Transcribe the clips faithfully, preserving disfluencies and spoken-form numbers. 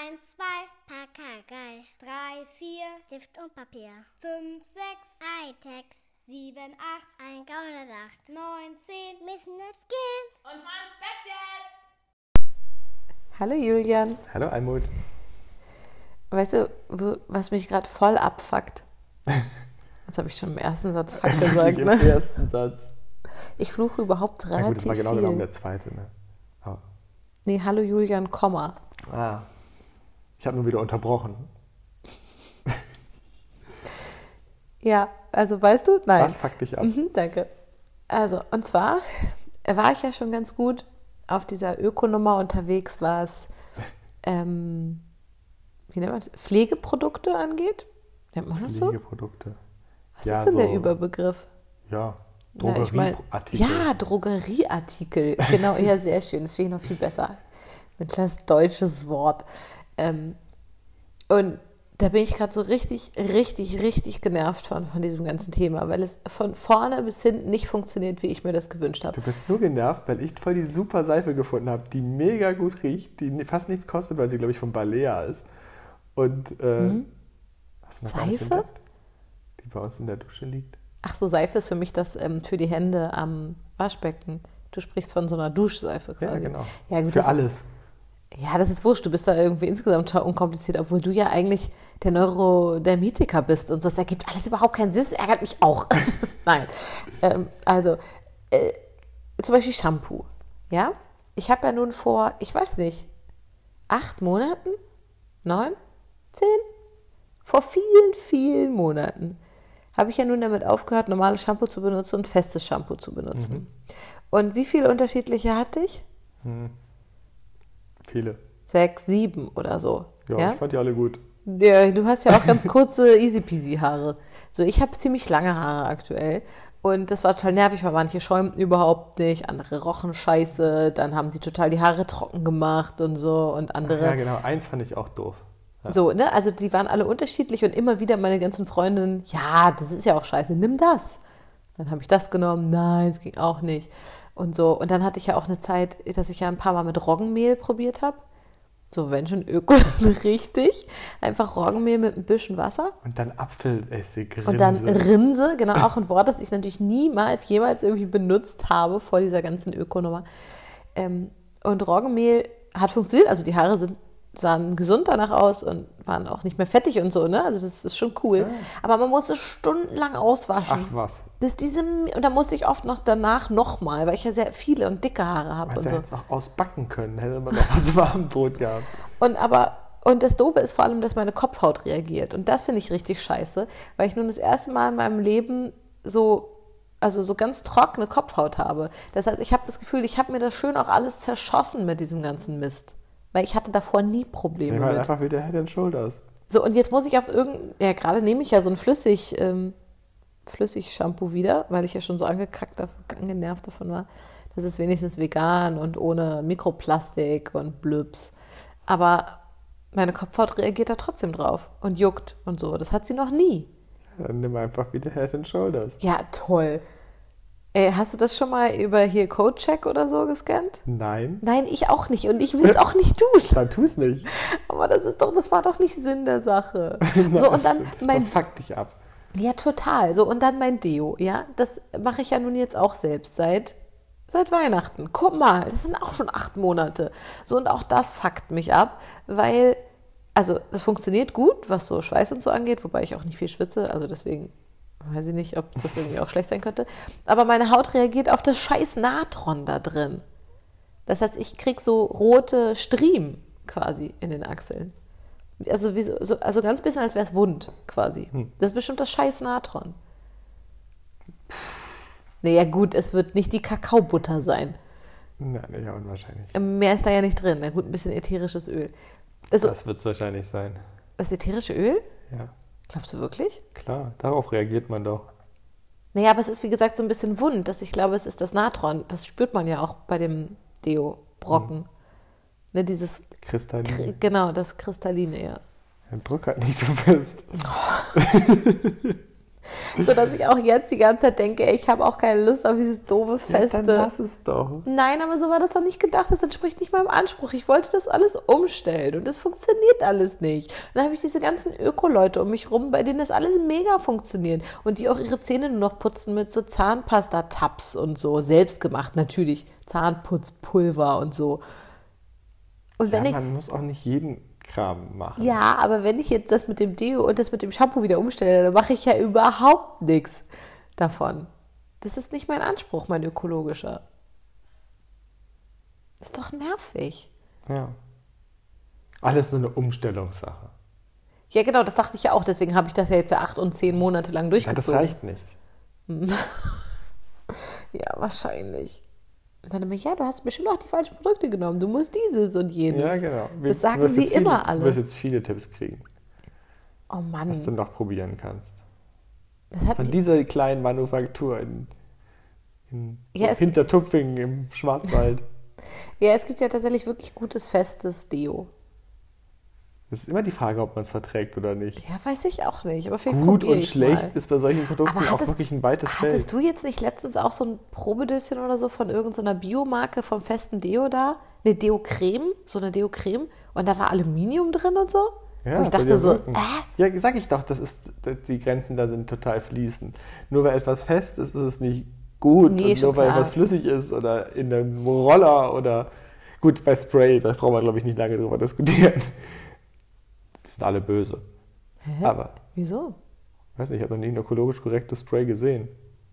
eins, zwei, Pakagei. drei, vier, Stift und Papier. fünf, sechs, Hightech. sieben, acht, ein Gaunersacht. neun, zehn, müssen jetzt gehen. Und zwar ins Bett jetzt. Hallo Julian. Hallo Almut. Weißt du, wo- was mich gerade voll abfuckt? Jetzt habe ich schon im ersten Satz fuck gesagt, Im ne? ersten Satz. Ich fluche überhaupt Ja relativ gut, das war genau viel. genommen der zweite, ne? Oh. Nee, hallo Julian, Komma. Ah. Ich habe nur wieder unterbrochen. Ja, also weißt du? Nein. Was fuckt dich ab? Mhm, danke. Also, und zwar war ich ja schon ganz gut auf dieser Ökonummer unterwegs, was ähm, wie nennt man das? Pflegeprodukte angeht. Nennt man das so? Pflegeprodukte. Was Ja, ist denn der so- Überbegriff? Ja, Ja, ich mein- Drogerieartikel. Ja, Drogerieartikel. Genau, ja, sehr schön. Das finde ich noch viel besser. Ein kleines deutsches Wort. Ähm, und da bin ich gerade so richtig, richtig, richtig genervt von, von diesem ganzen Thema, weil es von vorne bis hinten nicht funktioniert, wie ich mir das gewünscht habe. Du bist nur genervt, weil ich voll die super Seife gefunden habe, die mega gut riecht, die fast nichts kostet, weil sie, glaube ich, von Balea ist. Und, äh, hast du noch gar nicht Seife? entdeckt? Die bei uns in der Dusche liegt. Ach so, Seife ist für mich das ähm, für die Hände am Waschbecken. Du sprichst von so einer Duschseife quasi. Ja, genau. Ja, gut, Für das, alles. Ja, das ist wurscht. Du bist da irgendwie insgesamt total unkompliziert, obwohl du ja eigentlich der Neurodermitiker bist und das ergibt alles überhaupt keinen Sinn. Das ärgert mich auch. Nein. Ähm, also, äh, zum Beispiel Shampoo. Ja? Ich habe ja nun vor, ich weiß nicht, acht Monaten? Neun? Zehn? Vor vielen, vielen Monaten habe ich ja nun damit aufgehört, normales Shampoo zu benutzen und festes Shampoo zu benutzen. Und wie viele unterschiedliche hatte ich? Viele. Sechs, sieben oder so. Ja, Ja? ich fand die alle gut. Ja, du hast ja auch ganz kurze, easy peasy Haare. So, ich habe ziemlich lange Haare aktuell. Und das war total nervig, weil manche schäumten überhaupt nicht, andere rochen scheiße, dann haben sie total die Haare trocken gemacht und so und andere. Ja, genau. Eins fand ich auch doof. Ja. So, ne? Also die waren alle unterschiedlich und immer wieder meine ganzen Freundinnen, ja, das ist ja auch scheiße, nimm das. Dann habe ich das genommen, nein, es ging auch nicht. Und so. Und dann hatte ich ja auch eine Zeit, dass ich ja ein paar Mal mit Roggenmehl probiert habe. So, wenn schon Öko, richtig. Einfach Roggenmehl mit ein bisschen Wasser. Und dann Apfelessig, Rinse. Und dann Rinse, genau, auch ein Wort, das ich natürlich niemals, jemals irgendwie benutzt habe vor dieser ganzen Ökonummer. Ähm, und Roggenmehl hat funktioniert, also die Haare sind, sahen gesund danach aus und waren auch nicht mehr fettig und so, ne? Also das ist schon cool. Ja. Aber man musste stundenlang auswaschen. Ach was. Bis diese, und da musste ich oft noch danach nochmal, weil ich ja sehr viele und dicke Haare habe Man und hätte so. jetzt auch ausbacken können, hätte man noch was Warmbrot gehabt. Und aber, und das Doofe ist vor allem, dass meine Kopfhaut reagiert. Und das finde ich richtig scheiße, weil ich nun das erste Mal in meinem Leben so, also so ganz trockene Kopfhaut habe. Das heißt, ich habe das Gefühl, ich habe mir das schön auch alles zerschossen mit diesem ganzen Mist. Weil ich hatte davor nie Probleme Ich war mit. einfach wieder Head and Shoulders. So, und jetzt muss ich auf irgendein, ja, gerade nehme ich ja so ein Flüssig, ähm, Flüssig-Shampoo wieder, weil ich ja schon so angekackt, angenervt davon war. Das ist wenigstens vegan und ohne Mikroplastik und Blübs. Aber meine Kopfhaut reagiert da trotzdem drauf und juckt und so. Das hat sie noch nie. Dann nimm einfach wieder Head and Shoulders. Ja, toll. Ey, hast du das schon mal über hier Codecheck oder so gescannt? Nein, Nein, ich auch nicht und ich will es auch nicht tun. dann tu es nicht. Aber das ist doch, das war doch nicht Sinn der Sache. So, und dann mein Das fuckt dich ab. Ja, total. So, und dann mein Deo, ja. Das mache ich ja nun jetzt auch selbst seit, seit Weihnachten. Guck mal, das sind auch schon acht Monate. So, und auch das fuckt mich ab, weil, also, das funktioniert gut, was so Schweiß und so angeht, wobei ich auch nicht viel schwitze, also deswegen weiß ich nicht, ob das irgendwie auch schlecht sein könnte. Aber meine Haut reagiert auf das scheiß Natron da drin. Das heißt, ich krieg so rote Striemen quasi in den Achseln. Also, wie so, so, also ganz bisschen, als wäre es wund, quasi. Das ist bestimmt das scheiß Natron. Naja, gut, es wird nicht die Kakaobutter sein. Nein, ja, unwahrscheinlich. Mehr ist da ja nicht drin. Na gut, ein bisschen ätherisches Öl. Also, Das wird es wahrscheinlich sein. das ätherische Öl? Ja, Glaubst du wirklich? klar. Darauf reagiert man doch. Naja, aber es ist, wie gesagt, so ein bisschen wund, dass ich glaube, es ist das Natron. Das spürt man ja auch bei dem Deo-Brocken. Ne, dieses, Kristallin. Kri- genau, das Kristalline, ja. Der Druck halt nicht so fest. So dass ich auch jetzt die ganze Zeit denke, ey, ich habe auch keine Lust auf dieses doofe Feste. Ja, dann lass es doch. Nein, aber so war das doch nicht gedacht. Das entspricht nicht meinem Anspruch. Ich wollte das alles umstellen und das funktioniert alles nicht. Und dann habe ich diese ganzen Öko-Leute um mich rum, bei denen das alles mega funktioniert und die auch ihre Zähne nur noch putzen mit so Zahnpasta-Tabs und so. Selbst gemacht, natürlich. Zahnputzpulver und so. Und wenn Ja, ich, man muss auch nicht jeden Kram machen. ja, aber wenn ich jetzt das mit dem Deo und das mit dem Shampoo wieder umstelle, dann mache ich ja überhaupt nichts davon. Das ist nicht mein Anspruch, mein ökologischer. Das ist doch nervig. Ja. Alles nur eine Umstellungssache. Ja, genau, das dachte ich ja auch. Deswegen habe ich das ja jetzt ja acht und zehn Monate lang Ja, durchgezogen. das reicht nicht. Ja, wahrscheinlich. Und dann immer, ja, du hast bestimmt auch die falschen Produkte genommen. Du musst dieses und jenes. Ja, genau. Das sagen Du wirst sie jetzt viele, immer alle. Du wirst jetzt viele Tipps kriegen, Oh Mann. was du noch probieren kannst. Das hat Von mich, dieser kleinen Manufaktur in, in Ja, es- Hintertupfingen im Schwarzwald. ja, es gibt ja tatsächlich wirklich gutes, festes Deo. Das ist immer die Frage, ob man es verträgt oder nicht. Ja, weiß ich auch nicht. Aber vielleicht Gut probiere und ich's schlecht mal. ist bei solchen Produkten Aber auch hattest- wirklich ein weites Feld. Hattest du jetzt nicht letztens auch so ein Probedöschen oder so von irgendeiner Biomarke vom festen Deo da? Eine Deo-Creme, so eine Deo-Creme. Und da war Aluminium drin und so? Ja, und ich soll dachte ja so, wirken. äh? Ja, sag ich doch, das ist, die Grenzen da sind total fließend. Nur weil etwas fest ist, ist es nicht gut. Nee, und schon nur weil klar. etwas flüssig ist oder in einem Roller oder gut, bei Spray, da brauchen wir, glaube ich, nicht lange drüber diskutieren. Die sind alle böse. Hä? Aber, Wieso? weiß nicht, ich habe noch nie ein ökologisch korrektes Spray gesehen.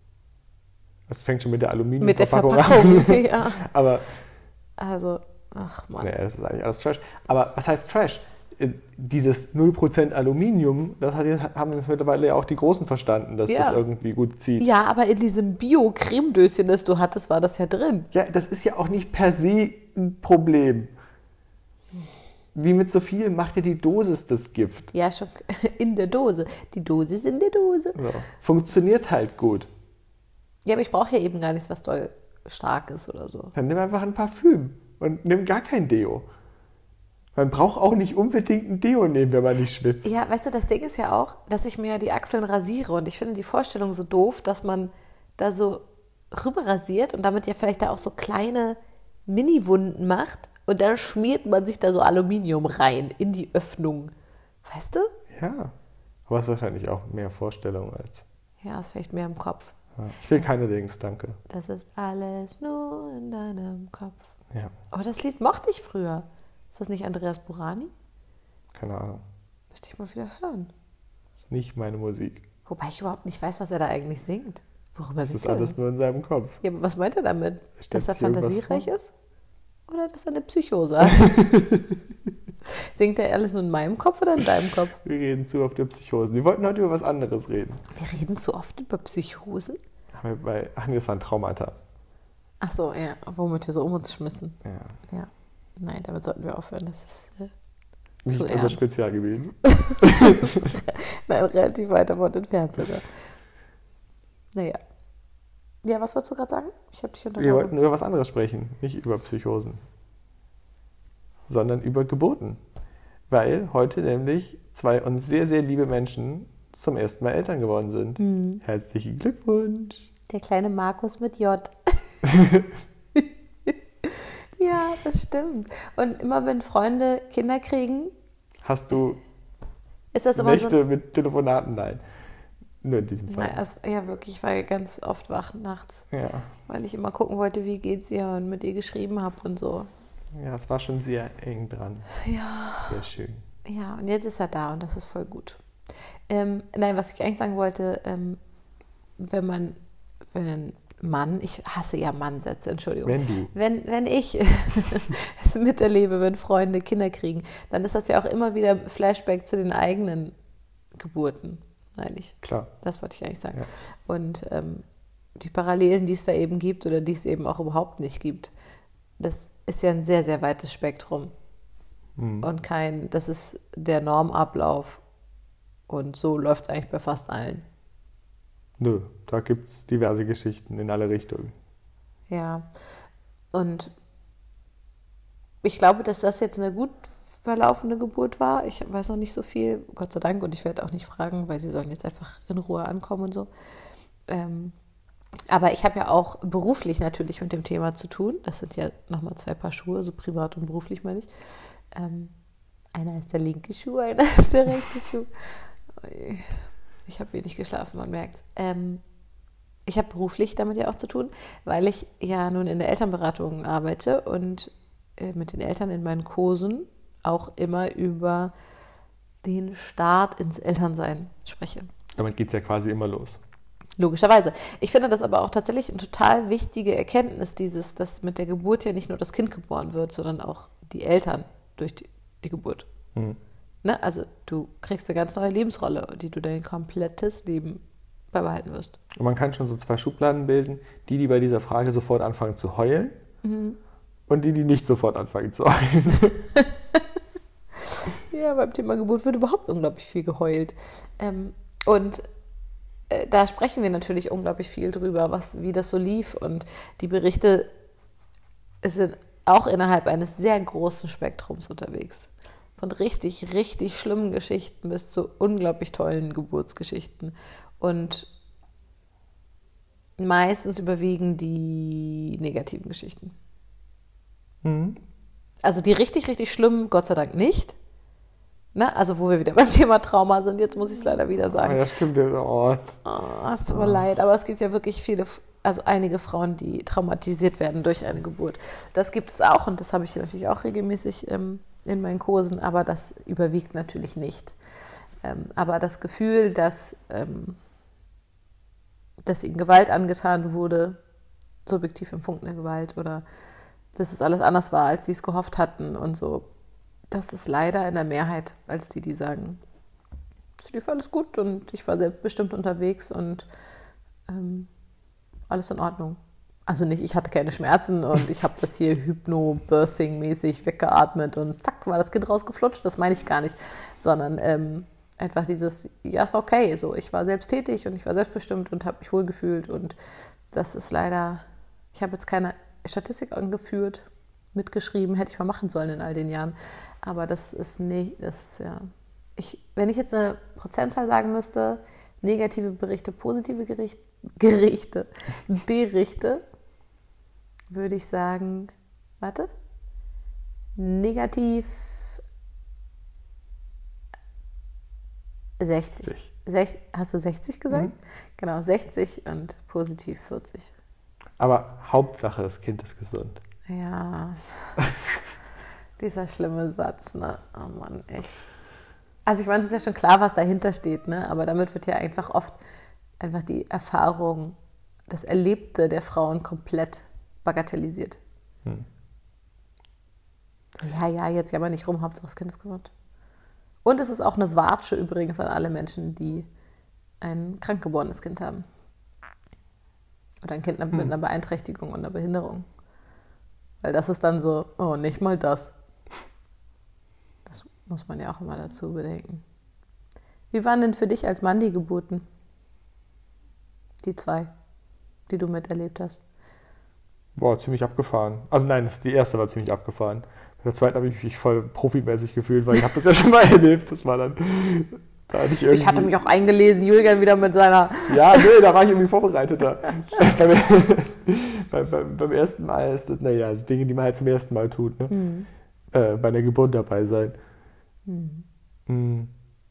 Das fängt schon mit der Mit der Aluminiumverpackung Verpackung, an. ja. Aber, Also, ach Mann. nee, das ist eigentlich alles Trash. Aber was heißt Trash? Äh, Dieses null Prozent Aluminium, das hat, haben jetzt mittlerweile ja auch die Großen verstanden, dass Ja. das irgendwie gut zieht. Ja, aber in diesem Bio-Cremedöschen, das du hattest, war das ja drin. Ja, das ist ja auch nicht per se ein Problem. Wie mit so viel macht ja die Dosis das Gift. Ja, schon in der Dose. Die Dose ist in der Dose. So. Funktioniert halt gut. Ja, aber ich brauche ja eben gar nichts, was doll stark ist oder so. Dann nimm einfach ein Parfüm und nimm gar kein Deo. Man braucht auch nicht unbedingt ein Deo nehmen, wenn man nicht schwitzt. Ja, weißt du, das Ding ist ja auch, dass ich mir ja die Achseln rasiere und ich finde die Vorstellung so doof, dass man da so rüber rasiert und damit ja vielleicht da auch so kleine Mini-Wunden macht und dann schmiert man sich da so Aluminium rein in die Öffnung. Weißt du? Ja, aber es ist wahrscheinlich auch mehr Vorstellung als... Ja, ist vielleicht mehr im Kopf. Ja. Ich will keine Dings, danke. Das ist alles nur in deinem Kopf. Ja, Aber das Lied mochte ich früher. Ist das nicht Andreas Burani? keine Ahnung. Müsste ich mal wieder hören. Das ist nicht meine Musik. Wobei ich überhaupt nicht weiß, was er da eigentlich singt. Worüber Das singt ist er alles denn? nur in seinem Kopf. Ja, aber was meint er damit? Stellt Dass er sich irgendwas fantasiereich vor? ist? Oder dass er eine Psychose hat? Singt er alles nur in meinem Kopf oder in deinem Kopf? Wir reden zu oft über Psychosen. Wir wollten heute über was anderes reden. Wir reden zu oft über Psychosen? Aber bei, ach nee, das waren Traumata. Ach so, ja, womit wir so um uns schmissen. Ja. Ja. Nein, damit sollten wir aufhören. Das ist äh, Nicht zu unser ernst. Spezialgebiet. Nein, relativ weit davon entfernt sogar. Naja. Ja, was wolltest du gerade sagen? Ich habe dich Wir unterbrochen. wollten über was anderes sprechen, nicht über Psychosen, sondern über Geburten. Weil heute nämlich zwei uns sehr, sehr liebe Menschen zum ersten Mal Eltern geworden sind. Mhm. Herzlichen Glückwunsch. Der kleine Markus mit J. Ja, das stimmt. Und immer wenn Freunde Kinder kriegen, Hast du ist das immer so. Nächte mit Telefonaten? Nein. Nur in diesem Fall. Nein, also, ja, wirklich, ich war ja ganz oft wach nachts, Ja. weil ich immer gucken wollte, wie geht's ihr und mit ihr geschrieben habe und so. ja, es war schon sehr eng dran. Ja. Sehr schön. Ja, und jetzt ist er da und das ist voll gut. Ähm, nein, was ich eigentlich sagen wollte, ähm, wenn man, wenn Mann, ich hasse ja Mann-Sätze, Entschuldigung. Wenn du. Wenn, wenn ich es miterlebe, wenn Freunde Kinder kriegen, dann ist das ja auch immer wieder Flashback zu den eigenen Geburten, meine ich. Klar. Das wollte ich eigentlich sagen. Ja. Und ähm, die Parallelen, die es da eben gibt oder die es eben auch überhaupt nicht gibt, das ist ja ein sehr, sehr weites Spektrum. Mhm. Und kein, das ist der Normablauf. Und so läuft es eigentlich bei fast allen. Nö, da gibt es diverse Geschichten in alle Richtungen. Ja. Und ich glaube, dass das jetzt eine gut verlaufende Geburt war. Ich weiß noch nicht so viel, Gott sei Dank, und ich werde auch nicht fragen, weil sie sollen jetzt einfach in Ruhe ankommen und so. Ähm, aber ich habe ja auch beruflich natürlich mit dem Thema zu tun. Das sind ja nochmal zwei Paar Schuhe, so privat und beruflich meine ich. Ähm, einer ist der linke Schuh, einer ist der rechte Schuh. Ich habe wenig geschlafen, man merkt. Ähm, ich habe beruflich damit ja auch zu tun, weil ich ja nun in der Elternberatung arbeite und äh, mit den Eltern in meinen Kursen auch immer über den Start ins Elternsein spreche. Damit geht es ja quasi immer los. Logischerweise. Ich finde das aber auch tatsächlich eine total wichtige Erkenntnis, dieses, dass mit der Geburt ja nicht nur das Kind geboren wird, sondern auch die Eltern durch die, die Geburt. Mhm. Ne? Also du kriegst eine ganz neue Lebensrolle, die du dein komplettes Leben beibehalten wirst. Und man kann schon so zwei Schubladen bilden, die, die bei dieser Frage sofort anfangen zu heulen Mhm. und die, die nicht sofort anfangen zu heulen. Ja, beim Thema Geburt wird überhaupt unglaublich viel geheult. Ähm, und äh, da sprechen wir natürlich unglaublich viel drüber, was, wie das so lief. Und die Berichte sind auch innerhalb eines sehr großen Spektrums unterwegs. Von richtig, richtig schlimmen Geschichten bis zu unglaublich tollen Geburtsgeschichten. Und meistens überwiegen die negativen Geschichten. Mhm. Also die richtig, richtig schlimmen, Gott sei Dank nicht. Ne? Also wo wir wieder beim Thema Trauma sind, jetzt muss ich es leider wieder Ah, sagen. ja, stimmt. Oh. Oh, es tut mir leid, aber es gibt ja wirklich viele, also einige Frauen, die traumatisiert werden durch eine Geburt. Das gibt es auch und das habe ich natürlich auch regelmäßig ähm, in meinen Kursen, aber das überwiegt natürlich nicht. Ähm, aber das Gefühl, dass, ähm, dass ihnen Gewalt angetan wurde, subjektiv empfundene Gewalt oder dass es alles anders war, als sie es gehofft hatten und so, das ist leider in der Mehrheit als die, die sagen, es lief alles gut und ich war selbstbestimmt unterwegs und ähm, alles in Ordnung. Also nicht, ich hatte keine Schmerzen und ich habe das hier Hypno-Birthing-mäßig weggeatmet und zack, war das Kind rausgeflutscht. Das meine ich gar nicht, sondern ähm, einfach dieses, ja, es war okay. So, ich war selbst tätig und ich war selbstbestimmt und habe mich wohlgefühlt und das ist leider, ich habe jetzt keine Statistik angeführt, mitgeschrieben, hätte ich mal machen sollen in all den Jahren. Aber das ist nicht, das, ja. Ich, wenn ich jetzt eine Prozentzahl sagen müsste, negative Berichte, positive Gericht, Gerichte, Berichte, würde ich sagen, warte, negativ sechzig. Sech, hast du sechzig gesagt? Mhm. Genau, sechzig und positiv vierzig. Aber Hauptsache, das Kind ist gesund. Ja, dieser schlimme Satz, ne? Oh Mann, echt. Also ich meine, es ist ja schon klar, was dahinter steht, ne? Aber damit wird ja einfach oft einfach die Erfahrung, das Erlebte der Frauen komplett bagatellisiert. Hm. So, ja, ja, jetzt jammer nicht rum, Hauptsache das Kind ist gesund. Und es ist auch eine Watsche übrigens an alle Menschen, die ein krankgeborenes Kind haben. Oder ein Kind mit hm. einer Beeinträchtigung und einer Behinderung. Weil das ist dann so, oh, nicht mal das. Das muss man ja auch immer dazu bedenken. Wie waren denn für dich als Mann die Geburten? Die zwei, die du miterlebt hast. Boah, ziemlich abgefahren. Also nein, das, die erste war ziemlich abgefahren. Bei der zweiten habe ich mich voll profimäßig gefühlt, weil ich habe das ja schon mal erlebt. Das war dann da nicht irgendwie... Ich hatte mich auch eingelesen, Julian wieder mit seiner... Ja, nee, da war ich irgendwie vorbereiteter. beim, beim, beim ersten Mal ist das, naja, das Dinge, die man halt zum ersten Mal tut, ne? Mhm. Äh, bei einer Geburt dabei sein. Mhm. Mhm.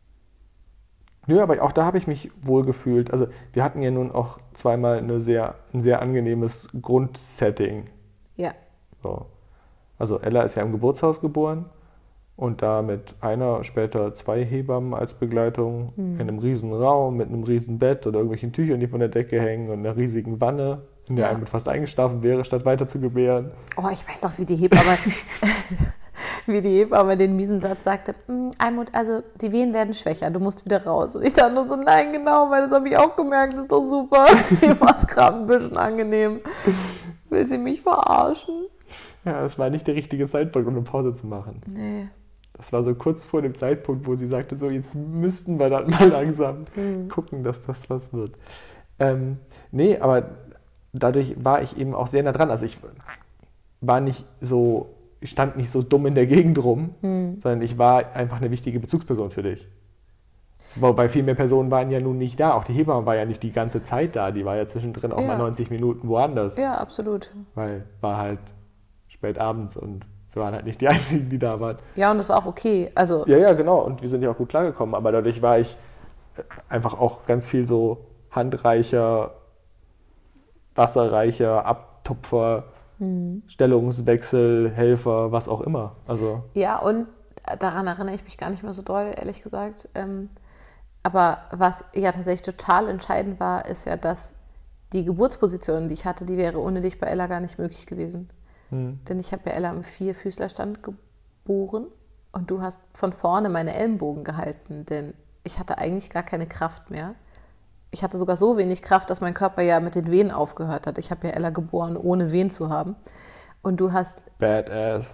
Nö, aber auch da habe ich mich wohl gefühlt. Also wir hatten ja nun auch zweimal eine sehr, ein sehr angenehmes Grundsetting. Ja. So. Also Ella ist ja im Geburtshaus geboren und da mit einer, später zwei Hebammen als Begleitung mhm. in einem riesen Raum mit einem riesen Bett oder irgendwelchen Tüchern, die von der Decke hängen und einer riesigen Wanne, in der ja. einem fast eingeschlafen wäre, statt weiter zu gebären. Oh, ich weiß doch, wie die Hebamme... wie die Hebamme den miesen Satz sagte, Almut, also die Wehen werden schwächer, du musst wieder raus. Und ich dachte nur so, nein, genau, weil das habe ich auch gemerkt, das ist doch super. Mir war es gerade ein bisschen angenehm. Will sie mich verarschen? Ja, das war nicht der richtige Zeitpunkt, um eine Pause zu machen. Nee. Das war so kurz vor dem Zeitpunkt, wo sie sagte, so jetzt müssten wir dann mal langsam mhm. gucken, dass das was wird. Ähm, nee, aber dadurch war ich eben auch sehr nah dran. Also ich war nicht so ich stand nicht so dumm in der Gegend rum, Hm. sondern ich war einfach eine wichtige Bezugsperson für dich. Wobei viel mehr Personen waren ja nun nicht da. Auch die Hebamme war ja nicht die ganze Zeit da. Die war ja zwischendrin auch Ja. mal neunzig Minuten woanders. Ja, absolut. Weil war halt spät abends und wir waren halt nicht die Einzigen, die da waren. Ja, und das war auch okay. Also, Ja, ja, genau. Und wir sind ja auch gut klargekommen. Aber dadurch war ich einfach auch ganz viel so handreicher, wasserreicher, Abtupfer, hm. Stellungswechsel, Helfer, was auch immer. Also ja, und daran erinnere ich mich gar nicht mehr so doll, ehrlich gesagt. Ähm, aber was ja tatsächlich total entscheidend war, ist ja, dass die Geburtsposition, die ich hatte, die wäre ohne dich bei Ella gar nicht möglich gewesen. hm. Denn ich habe ja Ella im Vierfüßlerstand geboren und du hast von vorne meine Ellenbogen gehalten, denn ich hatte eigentlich gar keine Kraft mehr. Ich hatte sogar so wenig Kraft, dass mein Körper ja mit den Venen aufgehört hat. Ich habe ja Ella geboren, ohne Venen zu haben. Und du hast, Badass.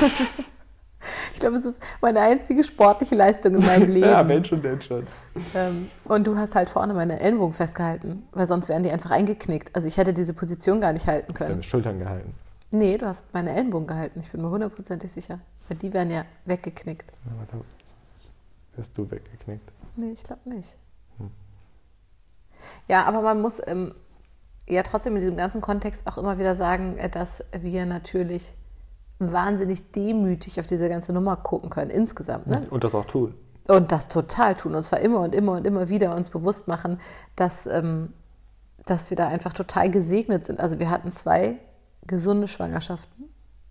ich glaube, es ist meine einzige sportliche Leistung in meinem Leben. Ja, Mensch und Mensch. Ähm, und du hast halt vorne meine Ellenbogen festgehalten, weil sonst wären die einfach eingeknickt. Also ich hätte diese Position gar nicht halten können. Deine Schultern gehalten. Nee, du hast meine Ellenbogen gehalten. Ich bin mir hundertprozentig sicher. Weil die wären ja weggeknickt. Ja, aber da wärst du weggeknickt. Nee, ich glaube nicht. Hm. Ja, aber man muss ähm, ja trotzdem in diesem ganzen Kontext auch immer wieder sagen, äh, dass wir natürlich wahnsinnig demütig auf diese ganze Nummer gucken können, insgesamt. Ne? Und das auch tun. Und das total tun. Und zwar immer und immer und immer wieder uns bewusst machen, dass, ähm, dass wir da einfach total gesegnet sind. Also wir hatten zwei gesunde Schwangerschaften.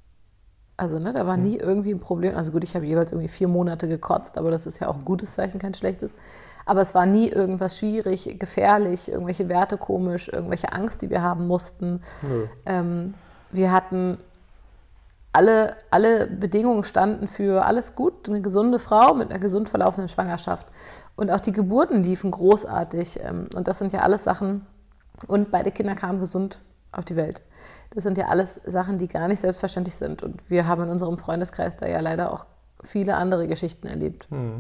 Also ne, da war nie irgendwie ein Problem. Also gut, ich habe jeweils irgendwie vier Monate gekotzt, aber das ist ja auch ein gutes Zeichen, kein schlechtes. Aber es war nie irgendwas schwierig, gefährlich, irgendwelche Werte komisch, irgendwelche Angst, die wir haben mussten. Nö. Ähm, wir hatten alle, alle Bedingungen standen für alles gut, eine gesunde Frau mit einer gesund verlaufenden Schwangerschaft. Und auch die Geburten liefen großartig. Ähm, und das sind ja alles Sachen, und beide Kinder kamen gesund auf die Welt. Das sind ja alles Sachen, die gar nicht selbstverständlich sind. Und wir haben in unserem Freundeskreis da ja leider auch viele andere Geschichten erlebt. Hm.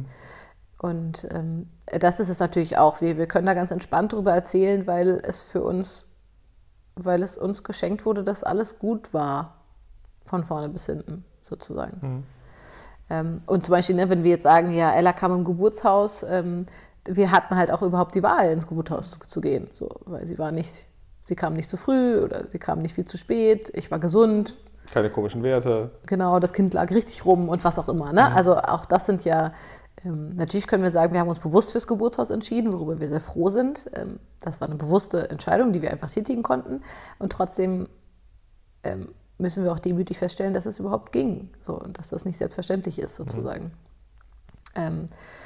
Und ähm, das ist es natürlich auch. Wir, wir können da ganz entspannt drüber erzählen, weil es für uns, weil es uns geschenkt wurde, dass alles gut war. Von vorne bis hinten, sozusagen. Hm. Ähm, und zum Beispiel, ne, wenn wir jetzt sagen, ja, Ella kam im Geburtshaus, ähm, wir hatten halt auch überhaupt die Wahl, ins Geburtshaus zu gehen. So, weil sie war nicht, sie kam nicht zu früh oder sie kam nicht viel zu spät, ich war gesund. Keine komischen Werte. Genau, das Kind lag richtig rum und was auch immer. Ne? Mhm. Also auch das sind ja, ähm, natürlich können wir sagen, wir haben uns bewusst fürs Geburtshaus entschieden, worüber wir sehr froh sind. Ähm, das war eine bewusste Entscheidung, die wir einfach tätigen konnten. Und trotzdem ähm, müssen wir auch demütig feststellen, dass es überhaupt ging. So, und dass das nicht selbstverständlich ist, sozusagen. Mhm. Ähm,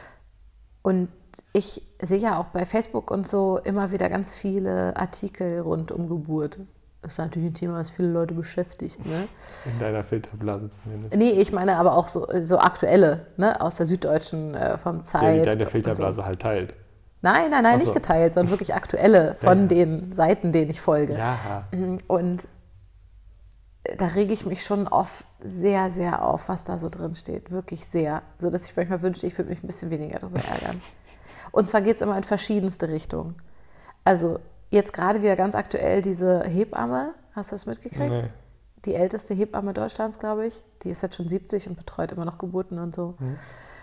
und ich sehe ja auch bei Facebook und so immer wieder ganz viele Artikel rund um Geburt. Das ist natürlich ein Thema, was viele Leute beschäftigt. Ne? In deiner Filterblase zumindest. Nee, ich meine aber auch so, so aktuelle, ne? Aus der Süddeutschen, äh, vom Zeit. Der, die deine Filterblase so. halt teilt. Nein, nein, nein, Ach so. nicht geteilt, sondern wirklich aktuelle von ja, ja. den Seiten, denen ich folge. Ja. Und da rege ich mich schon oft sehr, sehr auf, was da so drin steht. Wirklich sehr. So dass ich manchmal wünschte, ich würde mich ein bisschen weniger darüber ärgern. Und zwar geht es immer in verschiedenste Richtungen. Also jetzt gerade wieder ganz aktuell diese Hebamme, hast du das mitgekriegt? Nee. Die älteste Hebamme Deutschlands, glaube ich. Die ist jetzt schon siebzig und betreut immer noch Geburten und so. Mhm.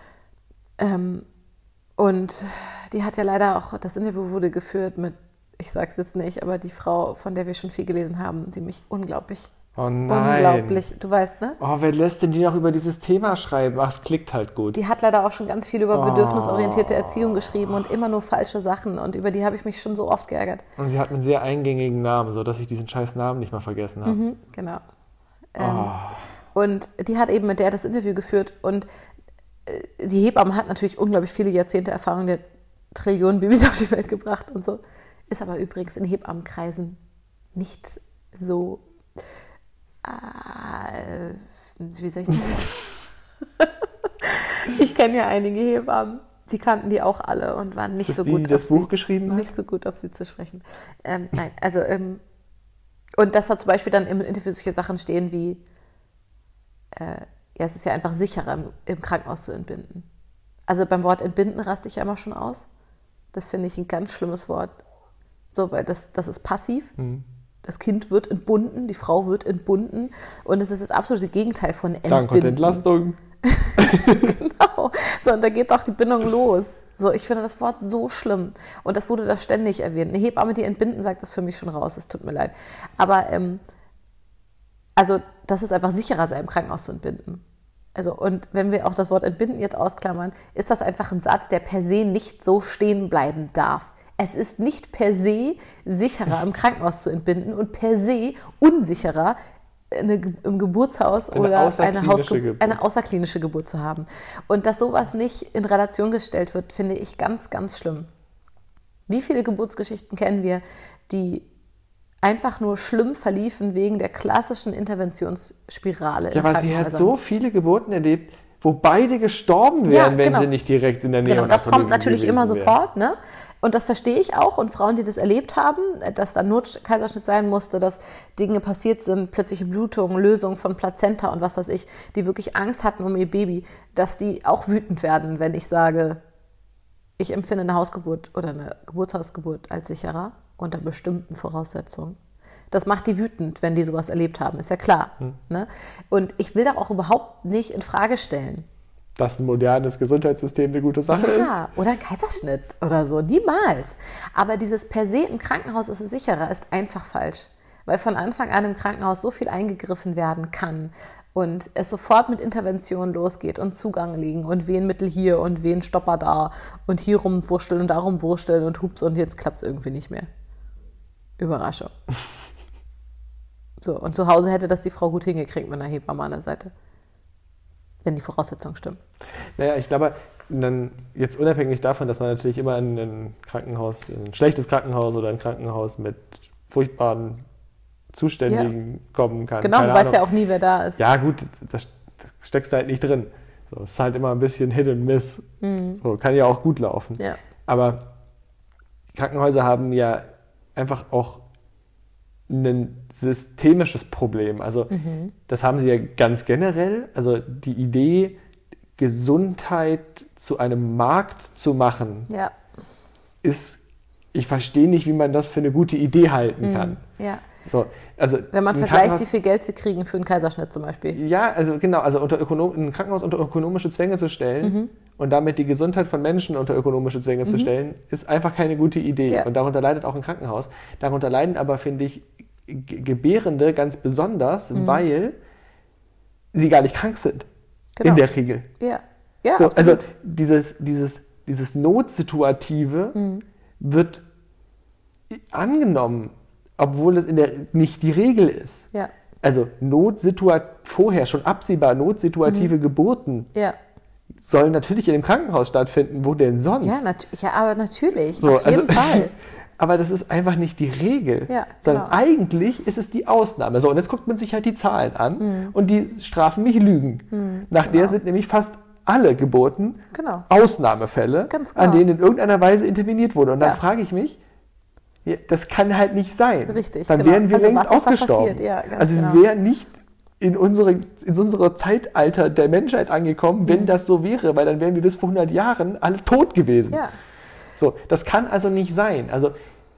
Ähm, und die hat ja leider auch, das Interview wurde geführt mit, ich sag's jetzt nicht, aber die Frau, von der wir schon viel gelesen haben, die mich unglaublich, Oh nein. unglaublich, du weißt, ne? Oh, wer lässt denn die noch über dieses Thema schreiben? Ach, es klickt halt gut. Die hat leider auch schon ganz viel über Oh. bedürfnisorientierte Erziehung geschrieben und immer nur falsche Sachen. Und über die habe ich mich schon so oft geärgert. Und sie hat einen sehr eingängigen Namen, sodass ich diesen scheiß Namen nicht mal vergessen habe. Mhm, genau. Ähm, Oh. Und die hat eben mit der das Interview geführt. Und äh, die Hebamme hat natürlich unglaublich viele Jahrzehnte Erfahrung, der Trillionen Babys auf die Welt gebracht und so. Ist aber übrigens in Hebammenkreisen nicht so... Äh, wie soll ich das? Ich kenne ja einige Hebammen, die kannten die auch alle und waren nicht Ist so die, gut, die das auf Buch sie, geschrieben hat? nicht so gut, auf sie zu sprechen. Ähm, nein, also ähm, und dass da zum Beispiel dann im Interview solche Sachen stehen wie, äh, ja, es ist ja einfach sicherer im, im Krankenhaus zu entbinden. Also beim Wort entbinden raste ich ja immer schon aus. Das finde ich ein ganz schlimmes Wort. So, weil das, das ist passiv. Hm. Das Kind wird entbunden, die Frau wird entbunden und es ist das absolute Gegenteil von Entbinden. Dank und Entlastung. Genau. So, und da geht doch die Bindung los. So, ich finde das Wort so schlimm. Und das wurde da ständig erwähnt. Eine Hebamme, die entbinden, sagt das für mich schon raus. Es tut mir leid. Aber, ähm, also, das ist einfach sicherer, sein im Krankenhaus zu entbinden. Also, und wenn wir auch das Wort entbinden jetzt ausklammern, ist das einfach ein Satz, der per se nicht so stehen bleiben darf. Es ist nicht per se sicherer, im Krankenhaus zu entbinden und per se unsicherer, eine, im Geburtshaus eine oder eine, Hausge- Geburt. eine außerklinische Geburt zu haben. Und dass sowas nicht in Relation gestellt wird, finde ich ganz, ganz schlimm. Wie viele Geburtsgeschichten kennen wir, die einfach nur schlimm verliefen wegen der klassischen Interventionsspirale Ja, in weil sie hat Krankenhäusern. so viele Geburten erlebt, wo beide gestorben wären, Ja, wenn genau. sie nicht direkt in der Nähe Genau, das Neonatologie kommt natürlich gewesen immer wären. sofort, ne? Und das verstehe ich auch. Und Frauen, die das erlebt haben, dass da Notkaiserschnitt sein musste, dass Dinge passiert sind, plötzliche Blutungen, Lösung von Plazenta und was weiß ich, die wirklich Angst hatten um ihr Baby, dass die auch wütend werden, wenn ich sage, ich empfinde eine Hausgeburt oder eine Geburtshausgeburt als sicherer unter bestimmten Voraussetzungen. Das macht die wütend, wenn die sowas erlebt haben, ist ja klar. Hm. Ne? Und ich will da auch überhaupt nicht in Frage stellen. Dass ein modernes Gesundheitssystem eine gute Sache ist. Ja, oder ein Kaiserschnitt oder so, niemals. Aber dieses per se im Krankenhaus ist es sicherer, ist einfach falsch. Weil von Anfang an im Krankenhaus so viel eingegriffen werden kann und es sofort mit Intervention losgeht und Zugang liegen und Wehenmittel hier und Wehenstopper da und hier rumwursteln und da rumwursteln und hups und jetzt klappt es irgendwie nicht mehr. Überraschung. So, und zu Hause hätte das die Frau gut hingekriegt mit einer Hebamme an der Seite. Wenn die Voraussetzungen stimmen. Naja, ich glaube, dann jetzt unabhängig davon, dass man natürlich immer in ein Krankenhaus, in ein schlechtes Krankenhaus oder ein Krankenhaus mit furchtbaren Zuständen ja. kommen kann. Genau, Keine du weißt Ahnung. ja auch nie, wer da ist. Ja gut, da steckst du halt nicht drin. So, es ist halt immer ein bisschen Hit and Miss. Mhm. So, kann ja auch gut laufen. Ja. Aber Krankenhäuser haben ja einfach auch ein systemisches Problem. Also mhm. das haben sie ja ganz generell. Also die Idee, Gesundheit zu einem Markt zu machen, ja. ist, ich verstehe nicht, wie man das für eine gute Idee halten kann. Mhm. Ja. So, also wenn man vergleicht, wie viel Geld sie kriegen für einen Kaiserschnitt zum Beispiel. Ja, also genau, also unter Ökonom- ein Krankenhaus unter ökonomische Zwänge zu stellen mhm. und damit die Gesundheit von Menschen unter ökonomische Zwänge mhm. zu stellen, ist einfach keine gute Idee. Ja. Und darunter leidet auch ein Krankenhaus. Darunter leiden aber, finde ich, Gebärende ganz besonders, mhm. weil sie gar nicht krank sind. Genau. In der Regel. Ja. Ja, so, also dieses, dieses, dieses Notsituative mhm. wird angenommen, obwohl es in der nicht die Regel ist. Ja. Also Notsituat vorher schon absehbar notsituative mhm. Geburten ja. sollen natürlich in dem Krankenhaus stattfinden. Wo denn sonst? Ja, nat- ja aber natürlich, so, auf jeden also, Fall. Aber das ist einfach nicht die Regel, ja, sondern genau. eigentlich ist es die Ausnahme. So, und jetzt guckt man sich halt die Zahlen an mhm. und die strafen mich Lügen. Mhm, Nach genau. der sind nämlich fast alle Geburten genau. Ausnahmefälle, Ganz genau. an denen in irgendeiner Weise interveniert wurde. Und dann ja. frage ich mich, ja, das kann halt nicht sein. Richtig, dann genau. wären wir also längst was ist da ausgestorben. passiert? Ja, ganz also genau. wir wären nicht in unsere, in unsere Zeitalter der Menschheit angekommen, wenn mhm. das so wäre, weil dann wären wir bis vor hundert Jahren alle tot gewesen. Ja. So, das kann also nicht sein. Also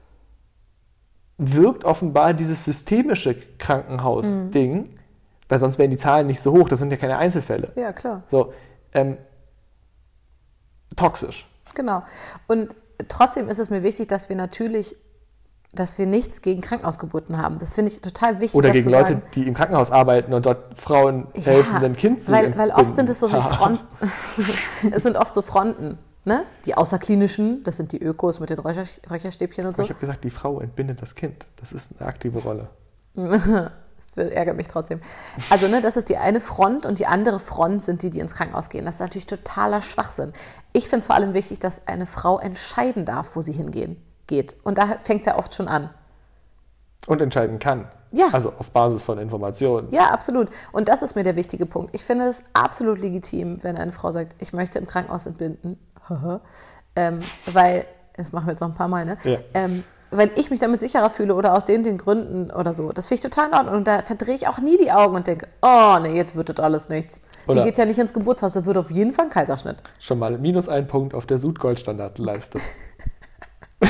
wirkt offenbar dieses systemische Krankenhaus-Ding, mhm. weil sonst wären die Zahlen nicht so hoch, das sind ja keine Einzelfälle. Ja, klar. So, ähm, toxisch. Genau. Und trotzdem ist es mir wichtig, dass wir natürlich, dass wir nichts gegen Krankenhausgeburten haben. Das finde ich total wichtig. Oder das gegen zu Leute, sagen. die im Krankenhaus arbeiten und dort Frauen helfen, ja, ein Kind zu weil, weil oft sind es so wie Haha. Fronten. Es sind oft so Fronten. Ne? Die außerklinischen, das sind die Ökos mit den Räucher, Räucherstäbchen und so. Ich habe gesagt, die Frau entbindet das Kind. Das ist eine aktive Rolle. Das ärgert mich trotzdem. Also ne, das ist die eine Front und die andere Front sind die, die ins Krankenhaus gehen. Das ist natürlich totaler Schwachsinn. Ich finde es vor allem wichtig, dass eine Frau entscheiden darf, wo sie hingehen geht. Und da fängt es ja oft schon an. Und entscheiden kann. Ja. Also auf Basis von Informationen. Ja, absolut. Und das ist mir der wichtige Punkt. Ich finde es absolut legitim, wenn eine Frau sagt, ich möchte im Krankenhaus entbinden. ähm, weil, das machen wir jetzt noch ein paar Mal, ne? Ja. Ähm, weil ich mich damit sicherer fühle oder aus den, den Gründen oder so. Das finde ich total in Ordnung. Und da verdrehe ich auch nie die Augen und denke, oh nee, jetzt wird das alles nichts. Oder die geht ja nicht ins Geburtshaus, da wird auf jeden Fall ein Kaiserschnitt. Schon mal minus ein Punkt auf der Südgold-Standardleiste.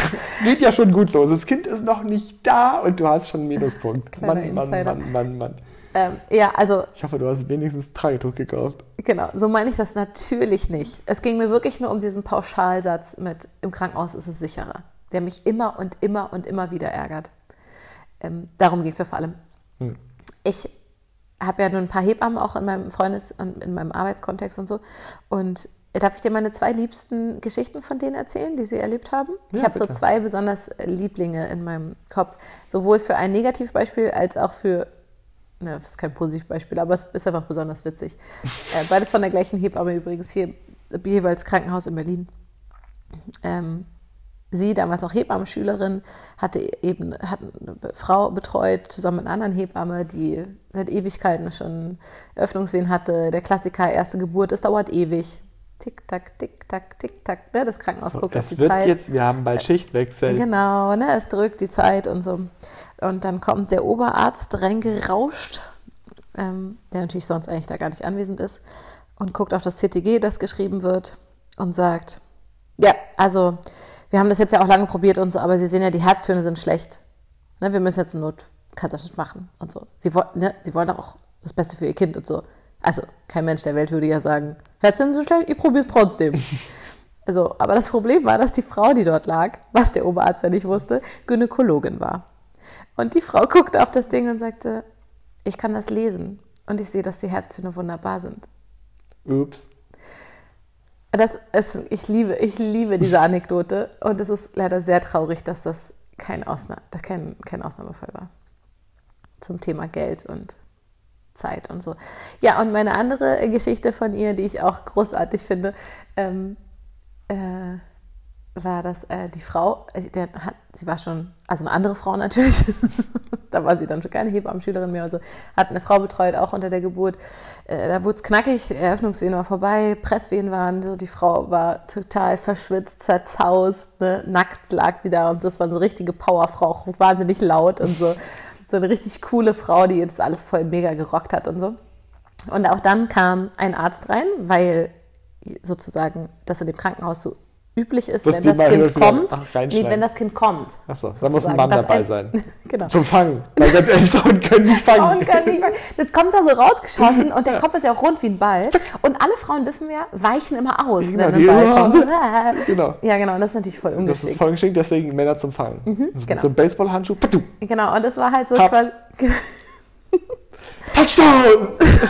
geht ja schon gut los. Das Kind ist noch nicht da und du hast schon einen Minuspunkt. Kleiner Mann, Mann, Insider. Mann, Mann, Mann. Ähm, ja, also Ich hoffe, du hast wenigstens Tragetuch gekauft. genau, so meine ich das natürlich nicht. Es ging mir wirklich nur um diesen Pauschalsatz mit, im Krankenhaus ist es sicherer, der mich immer und immer und immer wieder ärgert. Ähm, darum ging es mir vor allem. Hm. Ich habe ja nur ein paar Hebammen auch in meinem Freundes- und in meinem Arbeitskontext und so. Und darf ich dir meine zwei liebsten Geschichten von denen erzählen, die sie erlebt haben? Ja, ich habe so bitte. zwei besonders Lieblinge in meinem Kopf. Sowohl für ein Negativbeispiel als auch für, ne, das ist kein Positivbeispiel, aber es ist einfach besonders witzig. äh, beides von der gleichen Hebamme übrigens, hier jeweils Krankenhaus in Berlin. Ähm, sie, damals noch Hebammenschülerin, hatte eben hat eine Frau betreut, zusammen mit einer anderen Hebamme, die seit Ewigkeiten schon Öffnungswehen hatte. Der Klassiker, erste Geburt, es dauert ewig. Tick, tack, tick, tack, tick, tack. Ne? Das Krankenhaus So, guckt auf es die wird Zeit. jetzt, wir haben bald Schichtwechsel. Genau, ne? Es drückt die Zeit und so. Und dann kommt der Oberarzt reingerauscht, ähm, der natürlich sonst eigentlich da gar nicht anwesend ist, und guckt auf das C T G, das geschrieben wird, und sagt, ja, also wir haben das jetzt ja auch lange probiert und so, aber Sie sehen ja, die Herztöne sind schlecht. Ne, wir müssen jetzt einen Notkaiserschnitt machen und so. Sie, woll, ne, Sie wollen doch auch das Beste für Ihr Kind und so. Also kein Mensch der Welt würde ja sagen, Herztöne sind schlecht, ich probiere es trotzdem. Also, aber das Problem war, dass die Frau, die dort lag, was der Oberarzt ja nicht wusste, Gynäkologin war. Und die Frau guckte auf das Ding und sagte, ich kann das lesen und ich sehe, dass die Herztöne wunderbar sind. Ups. Das ist, ich liebe, ich liebe diese Anekdote und es ist leider sehr traurig, dass das kein, Ausna- das kein, kein Ausnahmefall war. Zum Thema Geld und Zeit und so. Ja, und meine andere Geschichte von ihr, die ich auch großartig finde, ähm, äh, war, dass äh, die Frau, äh, der hat, sie war schon, also eine andere Frau natürlich, da war sie dann schon keine Hebammenschülerin mehr und so, hat eine Frau betreut, auch unter der Geburt. Äh, da wurde es knackig, Eröffnungswehen war vorbei, Presswehen waren so, die Frau war total verschwitzt, zerzaust, ne? Nackt lag die da und das war eine richtige Powerfrau, wahnsinnig laut und so. So eine richtig coole Frau, die jetzt alles voll mega gerockt hat und so. Und auch dann kam ein Arzt rein, weil sozusagen das in dem Krankenhaus so üblich ist, Dass wenn die das mal Kind hin und wieder kommt. ach, Nee, reinschneiden. wenn das Kind kommt. Achso, da muss sozusagen. ein Mann Das dabei ein- sein. Genau. Zum Fangen. Weil ganz ehrlich, Frauen können nicht fangen. Frauen können nicht fangen. Das kommt da so rausgeschossen und der Kopf ist ja auch rund wie ein Ball. Und alle Frauen, wissen wir, weichen immer aus, Genau, wenn ein die- Ball kommt. So, Genau. ja, genau, und das ist natürlich voll Das ist ungeschickt. voll geschickt, deswegen Männer zum Fangen. Also genau. So ein Baseballhandschuh. Patu. Genau, und das war halt so Hab's. quasi... Touchdown!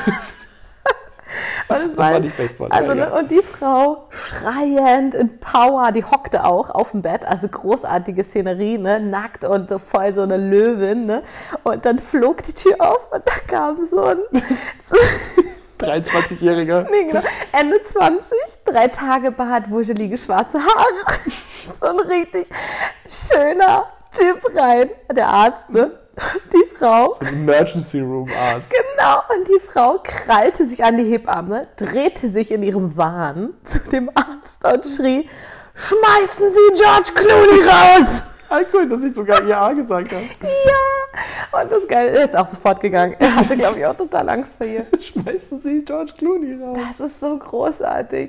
Und es Das war war halt, nicht Baseball. also, ja, ne, egal. und die Frau schreiend in Power, die hockte auch auf dem Bett, also großartige Szenerie, ne, nackt und so voll so eine Löwin, ne, und dann flog die Tür auf und da kam so ein, dreiundzwanzigjähriger. nee, genau, Ende zwanzig, drei Tage Bart, wuschelige schwarze Haare, so ein richtig schöner Typ rein, der Arzt, ne, die Frau. Emergency Room Arzt. Genau, und die Frau krallte sich an die Hebamme, drehte sich in ihrem Wahn zu dem Arzt und schrie, schmeißen Sie George Clooney raus! Ah, cool, dass ich sogar Ja gesagt habe. Ja, und das Geile, er ist auch sofort gegangen. Er hatte, glaube ich, auch total Angst vor ihr. Schmeißen Sie George Clooney raus. Das ist so großartig.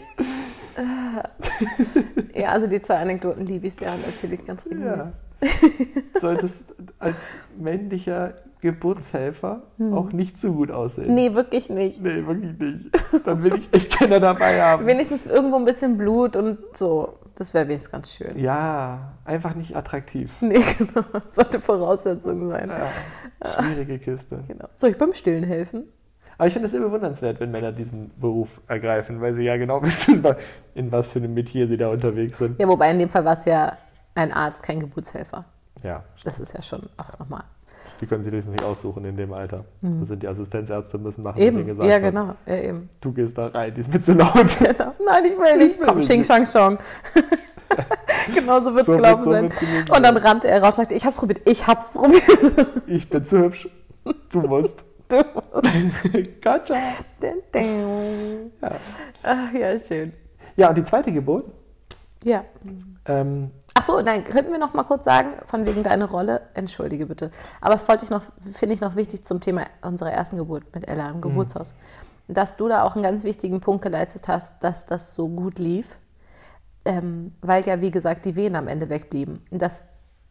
Ja, also die zwei Anekdoten liebe ich sehr und erzähle ich ganz regelmäßig. Ja. Solltest als männlicher Geburtshelfer auch nicht so gut aussehen. Nee, wirklich nicht. Nee, wirklich nicht. Dann will ich echt keiner dabei haben. Wenigstens irgendwo ein bisschen Blut und so. Das wäre wenigstens ganz schön. Ja, einfach nicht attraktiv. Nee, genau. Sollte Voraussetzung sein. Ja, schwierige Kiste. Genau. Soll ich beim Stillen helfen? Aber ich finde es sehr bewundernswert, wenn Männer diesen Beruf ergreifen, weil sie ja genau wissen, in was für einem Metier sie da unterwegs sind. Ja, wobei in dem Fall war es ja ein Arzt, kein Geburtshelfer. Ja, Das ist ja schon auch nochmal. die können sich das nicht aussuchen in dem Alter. Das sind die Assistenzärzte, müssen machen, was sie Eben, gesagt ja haben. genau. Ja, eben. Du gehst da rein, die ist mir zu laut. Genau. Nein, ich will nicht. Ich will Komm, nicht. Xing Shang Chong. Genau so wird es So gelaufen wird's- so sein. wird's gewesen Und dann sein. rannte er raus und sagte, ich hab's probiert, ich hab's probiert. Ich bin zu hübsch. Du musst. Du. Gotcha. Dun, dun. Ja. Ach ja, schön. Ja, und die zweite Geburt. Ja. Ähm, Ach so, nein, könnten wir noch mal kurz sagen, von wegen deiner Rolle, entschuldige bitte, aber das wollte ich noch, finde ich noch wichtig zum Thema unserer ersten Geburt mit Ella im Geburtshaus, dass du da auch einen ganz wichtigen Punkt geleistet hast, dass das so gut lief, ähm, weil ja, wie gesagt, die Wehen am Ende wegblieben. Und das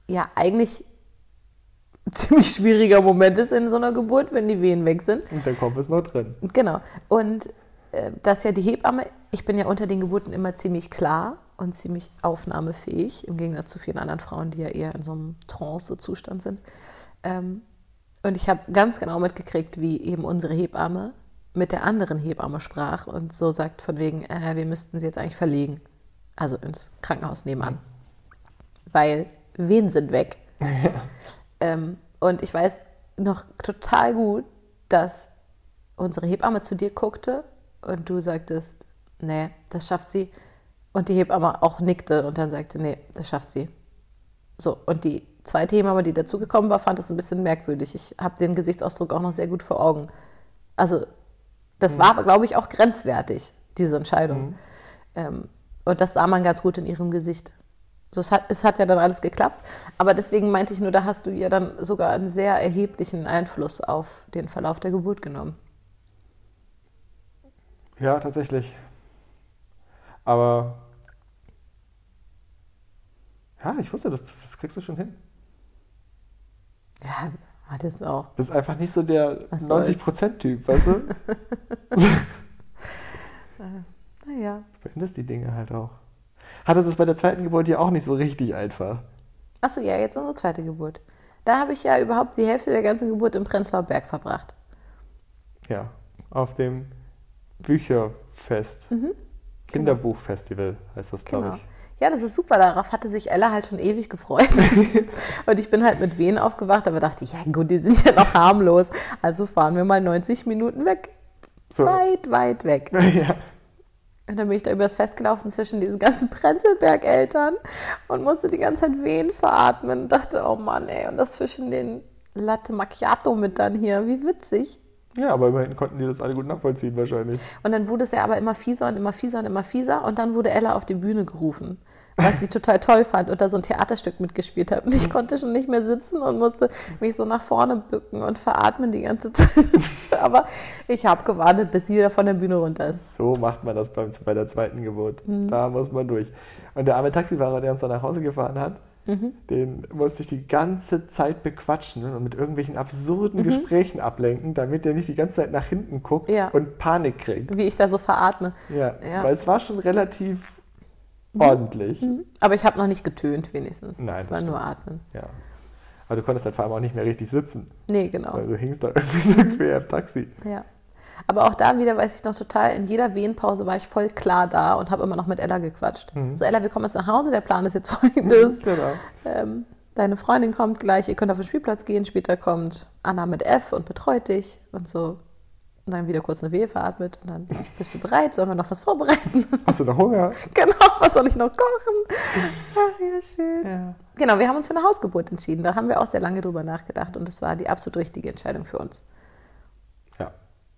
ja eigentlich ein ziemlich schwieriger Moment ist in so einer Geburt, wenn die Wehen weg sind. Und der Kopf ist noch drin. Genau. Und äh, dass ja die Hebamme, ich bin ja unter den Geburten immer ziemlich klar und ziemlich aufnahmefähig, im Gegensatz zu vielen anderen Frauen, die ja eher in so einem Trance-Zustand sind. Ähm, und ich habe ganz genau mitgekriegt, wie eben unsere Hebamme mit der anderen Hebamme sprach und so sagt von wegen, äh, wir müssten sie jetzt eigentlich verlegen. Also ins Krankenhaus nebenan. Weil Wehen sind weg. ähm, und ich weiß noch total gut, dass unsere Hebamme zu dir guckte und du sagtest, nee, das schafft sie. Und die Hebamme auch nickte und dann sagte, nee, das schafft sie. So, und die zweite Hebamme, die dazugekommen war, fand das ein bisschen merkwürdig. Ich habe den Gesichtsausdruck auch noch sehr gut vor Augen. Also das mhm. war aber, glaube ich, auch grenzwertig, diese Entscheidung. Mhm. Ähm, und das sah man ganz gut in ihrem Gesicht. So, es, hat, es hat ja dann alles geklappt. Aber deswegen meinte ich nur, da hast du ihr dann sogar einen sehr erheblichen Einfluss auf den Verlauf der Geburt genommen. Ja, tatsächlich. Aber ja, ich wusste, das, das kriegst du schon hin. Ja, hat es auch. Du bist einfach nicht so der neunzig Prozent Typ, weißt du? Naja. Du beendest die Dinge halt auch. Hattest es bei der zweiten Geburt ja auch nicht so richtig einfach. Achso, ja, jetzt unsere zweite Geburt. Da habe ich ja überhaupt die Hälfte der ganzen Geburt im Prenzlauer Berg verbracht. Ja, auf dem Bücherfest. Mhm. Kinderbuchfestival heißt das, glaube genau. ich. Ja, das ist super. Darauf hatte sich Ella halt schon ewig gefreut. Und ich bin halt mit Wehen aufgewacht, aber dachte ich, ja gut, die sind ja noch harmlos. Also fahren wir mal neunzig Minuten weg. So. Weit, weit weg. Ja. Und dann bin ich da übers Fest gelaufen zwischen diesen ganzen Prenzlberg-Eltern und musste die ganze Zeit Wehen veratmen und dachte, oh Mann, ey, und das zwischen den Latte Macchiato mit dann hier, wie witzig. Ja, aber immerhin konnten die das alle gut nachvollziehen wahrscheinlich. Und dann wurde es ja aber immer fieser und immer fieser und immer fieser und dann wurde Ella auf die Bühne gerufen, was sie total toll fand und da so ein Theaterstück mitgespielt hat. Und ich konnte schon nicht mehr sitzen und musste mich so nach vorne bücken und veratmen die ganze Zeit. Aber ich habe gewartet, bis sie wieder von der Bühne runter ist. So macht man das beim, bei der zweiten Geburt. Mhm. Da muss man durch. Und der arme Taxifahrer, der uns dann nach Hause gefahren hat, Mhm. den musste ich die ganze Zeit bequatschen und mit irgendwelchen absurden mhm. Gesprächen ablenken, damit der nicht die ganze Zeit nach hinten guckt ja. und Panik kriegt. Wie ich da so veratme. Ja, ja. Weil es war schon relativ mhm. ordentlich. Mhm. Aber ich habe noch nicht getönt wenigstens. Nein, es war stimmt. nur atmen. Ja. Aber du konntest halt vor allem auch nicht mehr richtig sitzen. Nee, genau. Weil du hingst da irgendwie so quer im Taxi. Ja. Aber auch da wieder weiß ich noch total, in jeder Wehenpause war ich voll klar da und habe immer noch mit Ella gequatscht. Mhm. So, Ella, wir kommen jetzt nach Hause, der Plan ist jetzt folgendes. Mhm, genau. ähm, deine Freundin kommt gleich, ihr könnt auf den Spielplatz gehen, später kommt Anna mit F und betreut dich und so. Und dann wieder kurz eine Wehe veratmet und dann bist du bereit, sollen wir noch was vorbereiten? Hast du noch Hunger? Genau, was soll ich noch kochen? Ach, ja, schön. Ja. Genau, wir haben uns für eine Hausgeburt entschieden. Da haben wir auch sehr lange drüber nachgedacht und das war die absolut richtige Entscheidung für uns. Ja.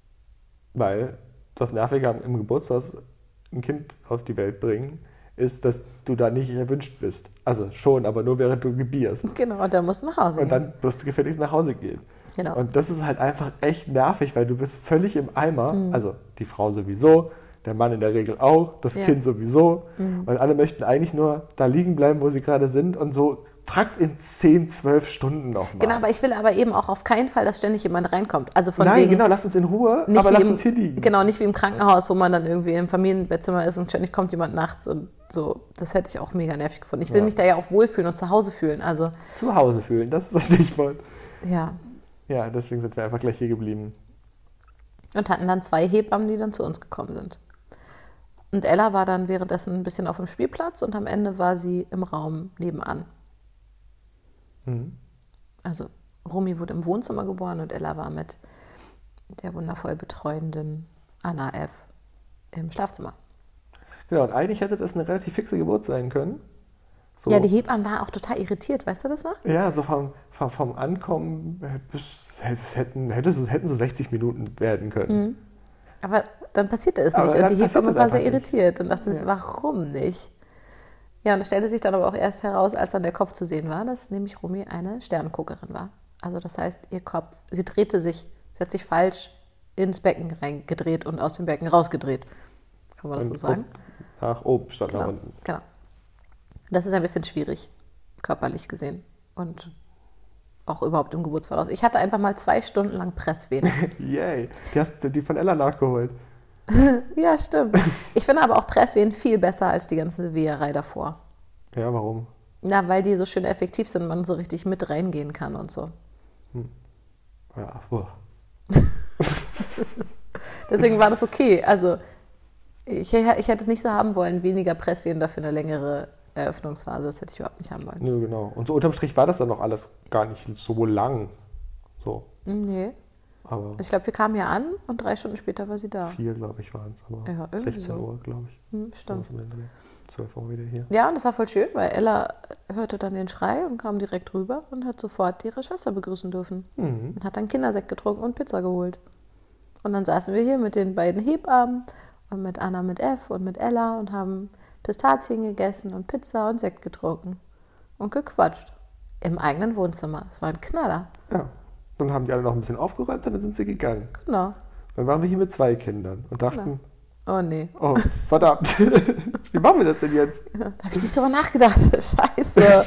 Weil das Nervige am im Geburtshaus ein Kind auf die Welt bringen, ist, dass du da nicht erwünscht bist. Also schon, aber nur während du gebierst. Genau, und dann musst du nach Hause und gehen. Und dann musst du gefälligst nach Hause gehen. Genau. Und das ist halt einfach echt nervig, weil du bist völlig im Eimer. Mhm. Also die Frau sowieso, der Mann in der Regel auch, das ja. Kind sowieso. Mhm. Und alle möchten eigentlich nur da liegen bleiben, wo sie gerade sind und so fragt in zehn, zwölf Stunden nochmal. Genau, aber ich will aber eben auch auf keinen Fall, dass ständig jemand reinkommt. Also von Nein, wegen, genau, lass uns in Ruhe, aber lass im, uns hier liegen. Genau, nicht wie im Krankenhaus, wo man dann irgendwie im Familienbettzimmer ist und ständig kommt jemand nachts und so. Das hätte ich auch mega nervig gefunden. Ich will ja. mich da ja auch wohlfühlen und zu Hause fühlen. Also zu Hause fühlen, das ist das Stichwort. Ja. Ja, deswegen sind wir einfach gleich hier geblieben. Und hatten dann zwei Hebammen, die dann zu uns gekommen sind. Und Ella war dann währenddessen ein bisschen auf dem Spielplatz und am Ende war sie im Raum nebenan. Mhm. Also Romy wurde im Wohnzimmer geboren und Ella war mit der wundervoll betreuenden Anna F. im Schlafzimmer. Genau, und eigentlich hätte das eine relativ fixe Geburt sein können. So. Ja, die Hebamme war auch total irritiert, weißt du das noch? Ja, so vom, vom, vom Ankommen bis, hätten, hätte so, hätten so sechzig Minuten werden können. Mhm. Aber dann passierte es nicht. Und die Hebamme war sehr irritiert und dachte, ja. warum nicht? Ja, und es stellte sich dann aber auch erst heraus, als dann der Kopf zu sehen war, dass nämlich Romy eine Sternguckerin war. Also das heißt, ihr Kopf, sie drehte sich, sie hat sich falsch ins Becken reingedreht und aus dem Becken rausgedreht. Kann man das und so sagen? Nach oben statt genau, nach unten. Genau. Das ist ein bisschen schwierig, körperlich gesehen. und auch überhaupt im Geburtsverlauf. Ich hatte einfach mal zwei Stunden lang Presswehen. Yay. Die hast du die von Ella nachgeholt. Ja, stimmt. Ich finde aber auch Presswehen viel besser als die ganze Weherei davor. Ja, warum? Ja, weil die so schön effektiv sind, man so richtig mit reingehen kann und so. Hm. Ja, boah. Deswegen war das okay. Also ich, ich hätte es nicht so haben wollen, weniger Presswehen, dafür eine längere Eröffnungsphase. Das hätte ich überhaupt nicht haben wollen. Nö, genau. Und so unterm Strich war das dann noch alles gar nicht so lang. So. Nee. Aber Ich glaube, wir kamen ja an und drei Stunden später war sie da. vier, glaube ich, waren es. Aber Ja, irgendwie sechzehn so. Uhr, glaube ich. Hm, stimmt. zwölf Uhr wieder hier. Ja, und das war voll schön, weil Ella hörte dann den Schrei und kam direkt rüber und hat sofort ihre Schwester begrüßen dürfen. Mhm. Und hat dann Kindersekt getrunken und Pizza geholt. Und dann saßen wir hier mit den beiden Hebammen und mit Anna mit F und mit Ella und haben Pistazien gegessen und Pizza und Sekt getrunken und gequatscht. Im eigenen Wohnzimmer. Es war ein Knaller. Ja. Dann haben die alle noch ein bisschen aufgeräumt, dann sind sie gegangen. Genau. Dann waren wir hier mit zwei Kindern und dachten, Oh nee. oh, verdammt, wie machen wir das denn jetzt? Da habe ich nicht drüber nachgedacht. Scheiße.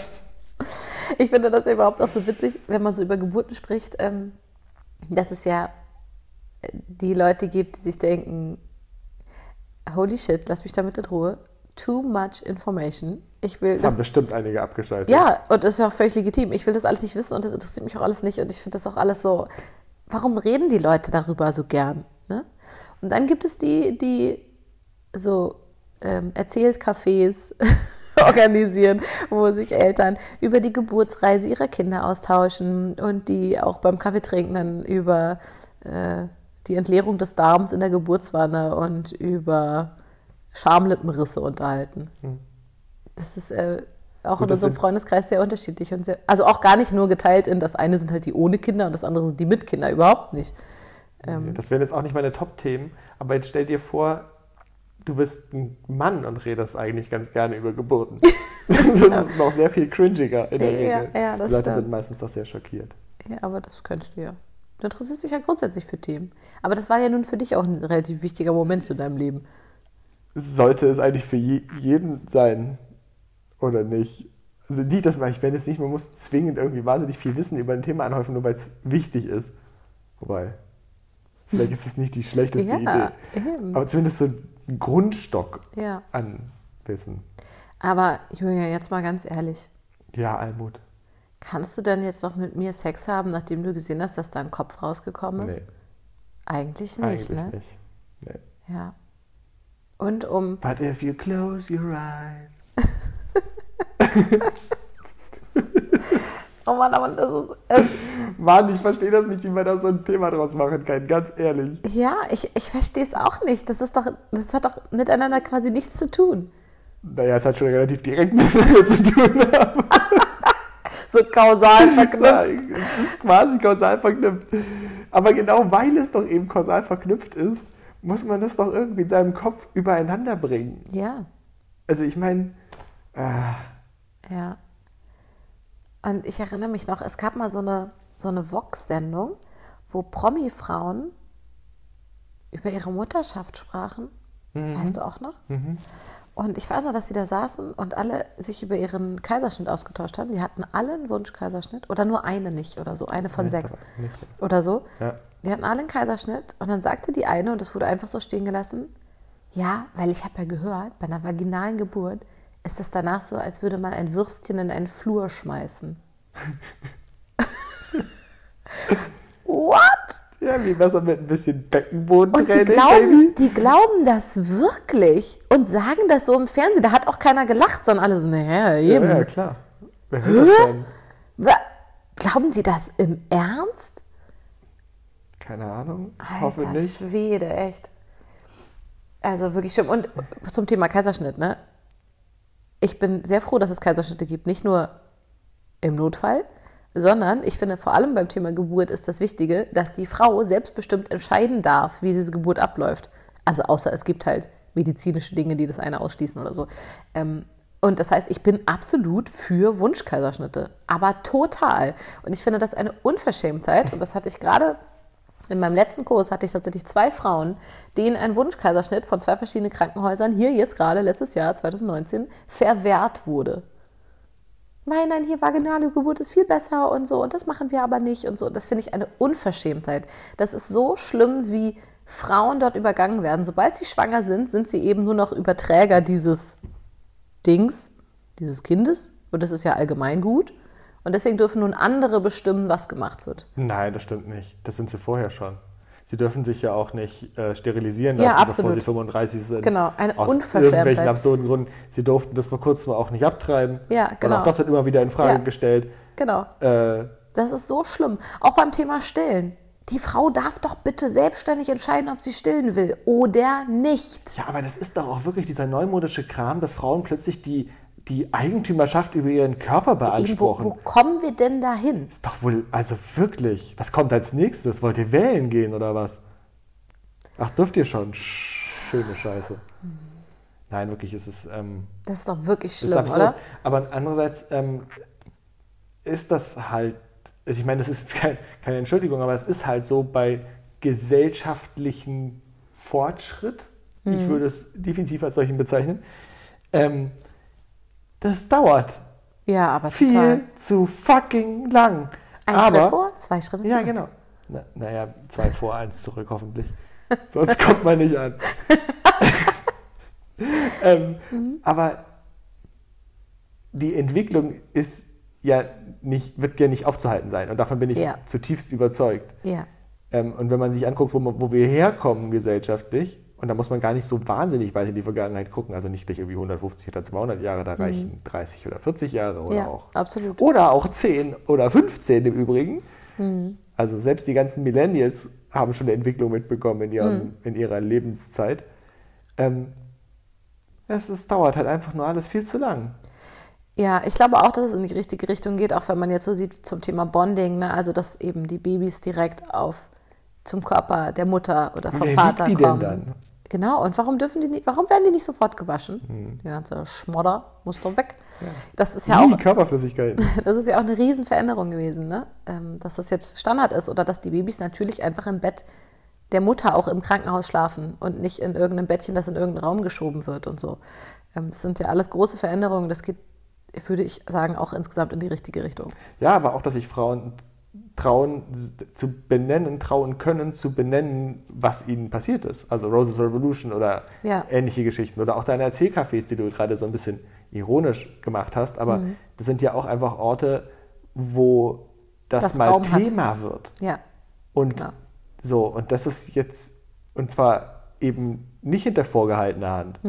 Ich finde das überhaupt auch so witzig, wenn man so über Geburten spricht, ähm, dass es ja die Leute gibt, die sich denken, holy shit, lass mich damit in Ruhe. Too much information. Ich will Das das. haben bestimmt einige abgeschaltet. Ja, und das ist ja auch völlig legitim. Ich will das alles nicht wissen und das interessiert mich auch alles nicht. Und ich finde das auch alles so. Warum reden die Leute darüber so gern? Ne? Und dann gibt es die, die so ähm, Erzählcafés organisieren, wo sich Eltern über die Geburtsreise ihrer Kinder austauschen und die auch beim Kaffeetrinken dann über äh, die Entleerung des Darms in der Geburtswanne und über Schamlippenrisse unterhalten. Hm. Das ist äh, auch Gut, in das unserem sind- Freundeskreis sehr unterschiedlich. Und sehr, also auch gar nicht nur geteilt in, das eine sind halt die ohne Kinder und das andere sind die mit Kinder, überhaupt nicht. Ähm, Das wären jetzt auch nicht meine Top-Themen, aber jetzt stell dir vor, du bist ein Mann und redest eigentlich ganz gerne über Geburten. Das ist noch sehr viel cringiger in der Ja, Regel. ja, das Die Leute stimmt. sind meistens doch sehr schockiert. ja, aber das könntest du ja. Du interessierst dich ja grundsätzlich für Themen. Aber das war ja nun für dich auch ein relativ wichtiger Moment zu deinem Leben. Sollte es eigentlich für je, jeden sein oder nicht? Also nicht, dass man, ich meine jetzt nicht, man muss zwingend irgendwie wahnsinnig viel Wissen über ein Thema anhäufen, nur weil es wichtig ist. Wobei, vielleicht ist das nicht die schlechteste Ja, Idee. eben. Aber zumindest so ein Grundstock Ja. an Wissen. Aber Julia, jetzt mal ganz ehrlich. Ja, Almut. Kannst du denn jetzt noch mit mir Sex haben, nachdem du gesehen hast, dass da ein Kopf rausgekommen ist? Nee, Eigentlich nicht, eigentlich ne? nicht. Nee. Ja. Und um. But if you close your eyes. Oh Mann, aber das ist. Äh, Mann, ich verstehe das nicht, wie man da so ein Thema draus machen kann, ganz ehrlich. ja, ich, ich verstehe es auch nicht. Das ist doch. Das hat doch miteinander quasi nichts zu tun. Naja, es hat schon relativ direkt miteinander zu tun. Aber So kausal verknüpft. ja, es ist quasi kausal verknüpft. Aber genau weil es doch eben kausal verknüpft ist, muss man das doch irgendwie in seinem Kopf übereinander bringen. Ja, Also ich meine, ah, ja. Und ich erinnere mich noch, es gab mal so eine, so eine Vox-Sendung, wo Promi-Frauen über ihre Mutterschaft sprachen. Weißt du auch noch? mhm. Und ich weiß noch, dass sie da saßen und alle sich über ihren Kaiserschnitt ausgetauscht haben. Die hatten alle einen Wunschkaiserschnitt oder nur eine nicht oder so, eine von Nee, sechs aber nicht. oder so. Ja. Die hatten alle einen Kaiserschnitt und dann sagte die eine, und das wurde einfach so stehen gelassen, ja, weil ich habe ja gehört, bei einer vaginalen Geburt ist es danach so, als würde man ein Würstchen in einen Flur schmeißen. What? Ja, wie besser mit ein bisschen Und die Beckenbodentraining, glauben, Baby. die glauben das wirklich und sagen das so im Fernsehen. Da hat auch keiner gelacht, sondern alle so, naja, Ja, eben. ja, klar. Wer will das denn? Wa- Glauben Sie das im Ernst? Keine Ahnung, ich hoffe Alter nicht. Schwede, echt. Also wirklich schlimm. Und zum Thema Kaiserschnitt, ne? Ich bin sehr froh, dass es Kaiserschnitte gibt. Nicht nur im Notfall, sondern ich finde vor allem beim Thema Geburt ist das Wichtige, dass die Frau selbstbestimmt entscheiden darf, wie diese Geburt abläuft. Also außer es gibt halt medizinische Dinge, die das eine ausschließen oder so. Ähm, und das heißt, ich bin absolut für Wunschkaiserschnitte. Aber total. Und ich finde das eine Unverschämtheit. Und das hatte ich gerade in meinem letzten Kurs, hatte ich tatsächlich zwei Frauen, denen ein Wunschkaiserschnitt von zwei verschiedenen Krankenhäusern hier jetzt gerade letztes Jahr, zwanzig neunzehn, verwehrt wurde. Nein, nein, hier vaginale Geburt ist viel besser und so und das machen wir aber nicht und so. Das finde ich eine Unverschämtheit. Das ist so schlimm, wie Frauen dort übergangen werden. Sobald sie schwanger sind, sind sie eben nur noch Überträger dieses Dings, dieses Kindes. Und das ist ja allgemein gut. Und deswegen dürfen nun andere bestimmen, was gemacht wird. Nein, das stimmt nicht. Das sind sie vorher schon. Sie dürfen sich ja auch nicht äh, sterilisieren lassen, Ja, bevor absolut. sie fünfunddreißig sind. Genau, eine Aus Unverschämtheit. irgendwelchen absurden Gründen. Sie durften das vor kurzem auch nicht abtreiben. Ja, genau. Und auch das wird immer wieder in Frage Ja. gestellt. Genau. Äh, Das ist so schlimm. Auch beim Thema Stillen. Die Frau darf doch bitte selbstständig entscheiden, ob sie stillen will oder nicht. ja, aber das ist doch auch wirklich dieser neumodische Kram, dass Frauen plötzlich die, die Eigentümerschaft über ihren Körper Eben, wo, beanspruchen. wo kommen wir denn dahin? Ist doch wohl, also wirklich. Was kommt als nächstes? Wollt ihr wählen gehen oder was? Ach, dürft ihr schon? Schöne Scheiße. Nein, wirklich ist es. Ähm, Das ist doch wirklich ist schlimm, absurd. oder? Aber andererseits ähm, ist das halt. Also ich meine, das ist jetzt kein, keine Entschuldigung, aber es ist halt so bei gesellschaftlichen Fortschritt. Mhm. Ich würde es definitiv als solchen bezeichnen. Ähm, das dauert Ja, aber viel total. zu fucking lang. Ein aber, Schritt vor, zwei Schritte zurück. Ja, genau. Na, naja, zwei vor, eins zurück hoffentlich. Sonst kommt man nicht an. ähm, Mhm. Aber die Entwicklung ist ja nicht, wird ja nicht aufzuhalten sein. Und davon bin ich Ja. zutiefst überzeugt. Ja. Ähm, und wenn man sich anguckt, wo, man, wo wir herkommen gesellschaftlich, und da muss man gar nicht so wahnsinnig weit in die Vergangenheit gucken, also nicht gleich irgendwie hundertfünfzig oder zweihundert Jahre, da reichen dreißig oder vierzig Jahre oder Mhm. Ja, auch. absolut. Oder auch zehn oder fünfzehn im Übrigen. Mhm. Also selbst die ganzen Millennials haben schon eine Entwicklung mitbekommen in, ihrem, Mhm. in ihrer Lebenszeit. Ähm, es, es dauert halt einfach nur alles viel zu lang. Ja, ich glaube auch, dass es in die richtige Richtung geht, auch wenn man jetzt so sieht zum Thema Bonding, ne? Also dass eben die Babys direkt auf zum Körper der Mutter oder vom Wer Vater wiegt die kommen. denn dann? Genau, und warum dürfen die nicht, warum werden die nicht sofort gewaschen? Hm. Der ganze Schmodder muss doch weg. Das ist ja Nie auch, Körperflüssigkeiten. das ist ja auch eine Riesenveränderung gewesen, ne? Ähm, dass das jetzt Standard ist oder dass die Babys natürlich einfach im Bett der Mutter auch im Krankenhaus schlafen und nicht in irgendeinem Bettchen, das in irgendeinen Raum geschoben wird und so. Ähm, das sind ja alles große Veränderungen. Das geht, würde ich sagen, auch insgesamt in die richtige Richtung. Ja, aber auch, dass sich Frauen trauen zu benennen, trauen können zu benennen, was ihnen passiert ist. Also Roses Revolution oder Ja. ähnliche Geschichten. Oder auch deine Erzählcafés, die du gerade so ein bisschen ironisch gemacht hast. Aber Mhm. das sind ja auch einfach Orte, wo das, Das mal Raum hat. Thema wird. Ja, Und genau. so, und das ist jetzt, und zwar eben nicht hinter vorgehaltener Hand.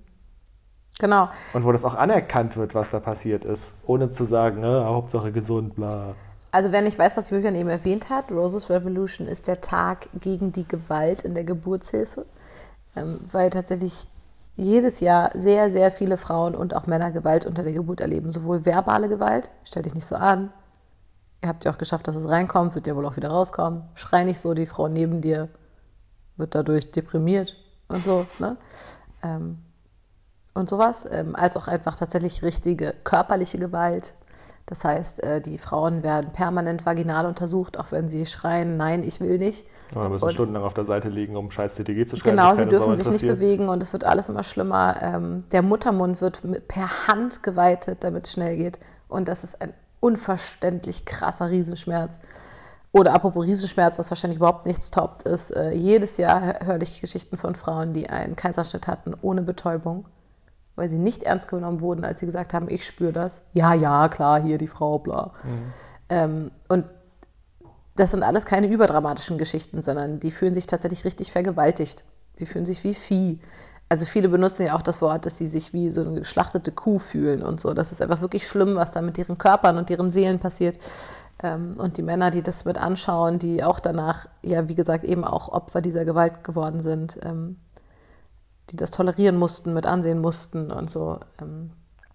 Genau. Und wo das auch anerkannt wird, was da passiert ist, ohne zu sagen, ne, Hauptsache gesund, bla. Also wer nicht weiß, was Julian eben erwähnt hat, Roses Revolution ist der Tag gegen die Gewalt in der Geburtshilfe, ähm, weil tatsächlich jedes Jahr sehr, sehr viele Frauen und auch Männer Gewalt unter der Geburt erleben. Sowohl verbale Gewalt, stell dich nicht so an, ihr habt ja auch geschafft, dass es reinkommt, wird ja wohl auch wieder rauskommen, schrei nicht so, die Frau neben dir wird dadurch deprimiert und so, ne? Ähm, und sowas, ähm, als auch einfach tatsächlich richtige körperliche Gewalt. Das heißt, äh, die Frauen werden permanent vaginal untersucht, auch wenn sie schreien, nein, ich will nicht. Oder müssen Und- stundenlang auf der Seite liegen, um scheiß C T G zu schreiben. Genau, bis sie keine Sau dürfen sich nicht interessiert. bewegen und es wird alles immer schlimmer. Ähm, der Muttermund wird mit, per Hand geweitet, damit es schnell geht. Und das ist ein unverständlich krasser Riesenschmerz. Oder apropos Riesenschmerz, was wahrscheinlich überhaupt nichts toppt, ist, äh, jedes Jahr hö- höre ich Geschichten von Frauen, die einen Kaiserschnitt hatten ohne Betäubung, weil sie nicht ernst genommen wurden, als sie gesagt haben, ich spüre das. Ja, ja, klar, hier die Frau, bla. Ähm, und das sind alles keine überdramatischen Geschichten, sondern die fühlen sich tatsächlich richtig vergewaltigt. Die fühlen sich wie Vieh. Also viele benutzen ja auch das Wort, dass sie sich wie so eine geschlachtete Kuh fühlen und so. Das ist einfach wirklich schlimm, was da mit ihren Körpern und ihren Seelen passiert. Ähm, und die Männer, die das mit anschauen, die auch danach, ja, wie gesagt, eben auch Opfer dieser Gewalt geworden sind, ähm, die das tolerieren mussten, mit ansehen mussten und so. Ähm.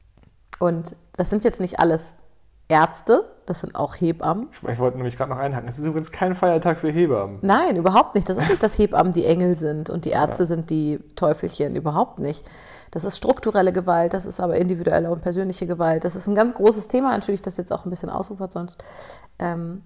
Und das sind jetzt nicht alles Ärzte, das sind auch Hebammen. Ich, ich wollte nämlich gerade noch einhaken. Es ist übrigens kein Feiertag für Hebammen. Nein, überhaupt nicht. Das ist nicht, dass Hebammen die Engel sind und die Ärzte Ja. sind die Teufelchen. Überhaupt nicht. Das ist strukturelle Gewalt, das ist aber individuelle und persönliche Gewalt. Das ist ein ganz großes Thema natürlich, das jetzt auch ein bisschen ausufert sonst. Ähm,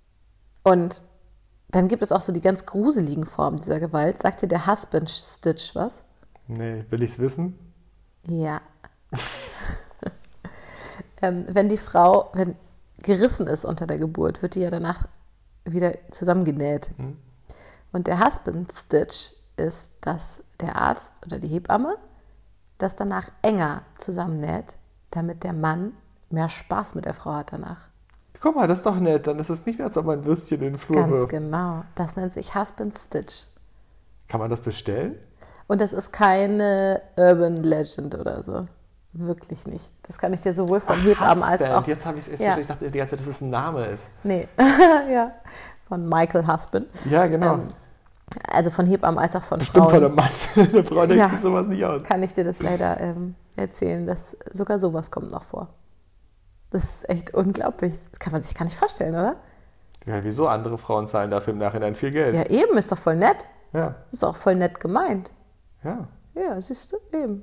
und dann gibt es auch so die ganz gruseligen Formen dieser Gewalt. Sagt dir der Husband Stitch was? Nee, will ich's wissen? Ja. ähm, wenn die Frau, wenn gerissen ist unter der Geburt, wird die ja danach wieder zusammengenäht. Mhm. Und der Husband Stitch ist, dass der Arzt oder die Hebamme das danach enger zusammennäht, damit der Mann mehr Spaß mit der Frau hat danach. Guck mal, das ist doch nett. Dann ist es nicht mehr, als ob man ein Würstchen in den Flur Ganz wirft. genau. Das nennt sich Husband Stitch. Kann man das bestellen? Und das ist keine Urban Legend oder so. Wirklich nicht. Das kann ich dir sowohl von Hebammen als Husband. auch... Jetzt habe ich es erst Ja. verstanden. Ich dachte die ganze Zeit, dass es ein Name ist. Nee, ja. Von Michael Husband. Ja, genau. Ähm, also von Hebammen als auch von Bestimmt Frauen. von einem Mann. Eine Frau denkt Ja. sich sowas nicht aus. Kann ich dir das leider ähm, erzählen, dass sogar sowas kommt noch vor. Das ist echt unglaublich. Das kann man sich gar nicht vorstellen, oder? Ja, wieso? Andere Frauen zahlen dafür im Nachhinein viel Geld. Ja, eben, ist doch voll nett. Ja. Ist auch voll nett gemeint. Ja. Ja, siehst du, eben.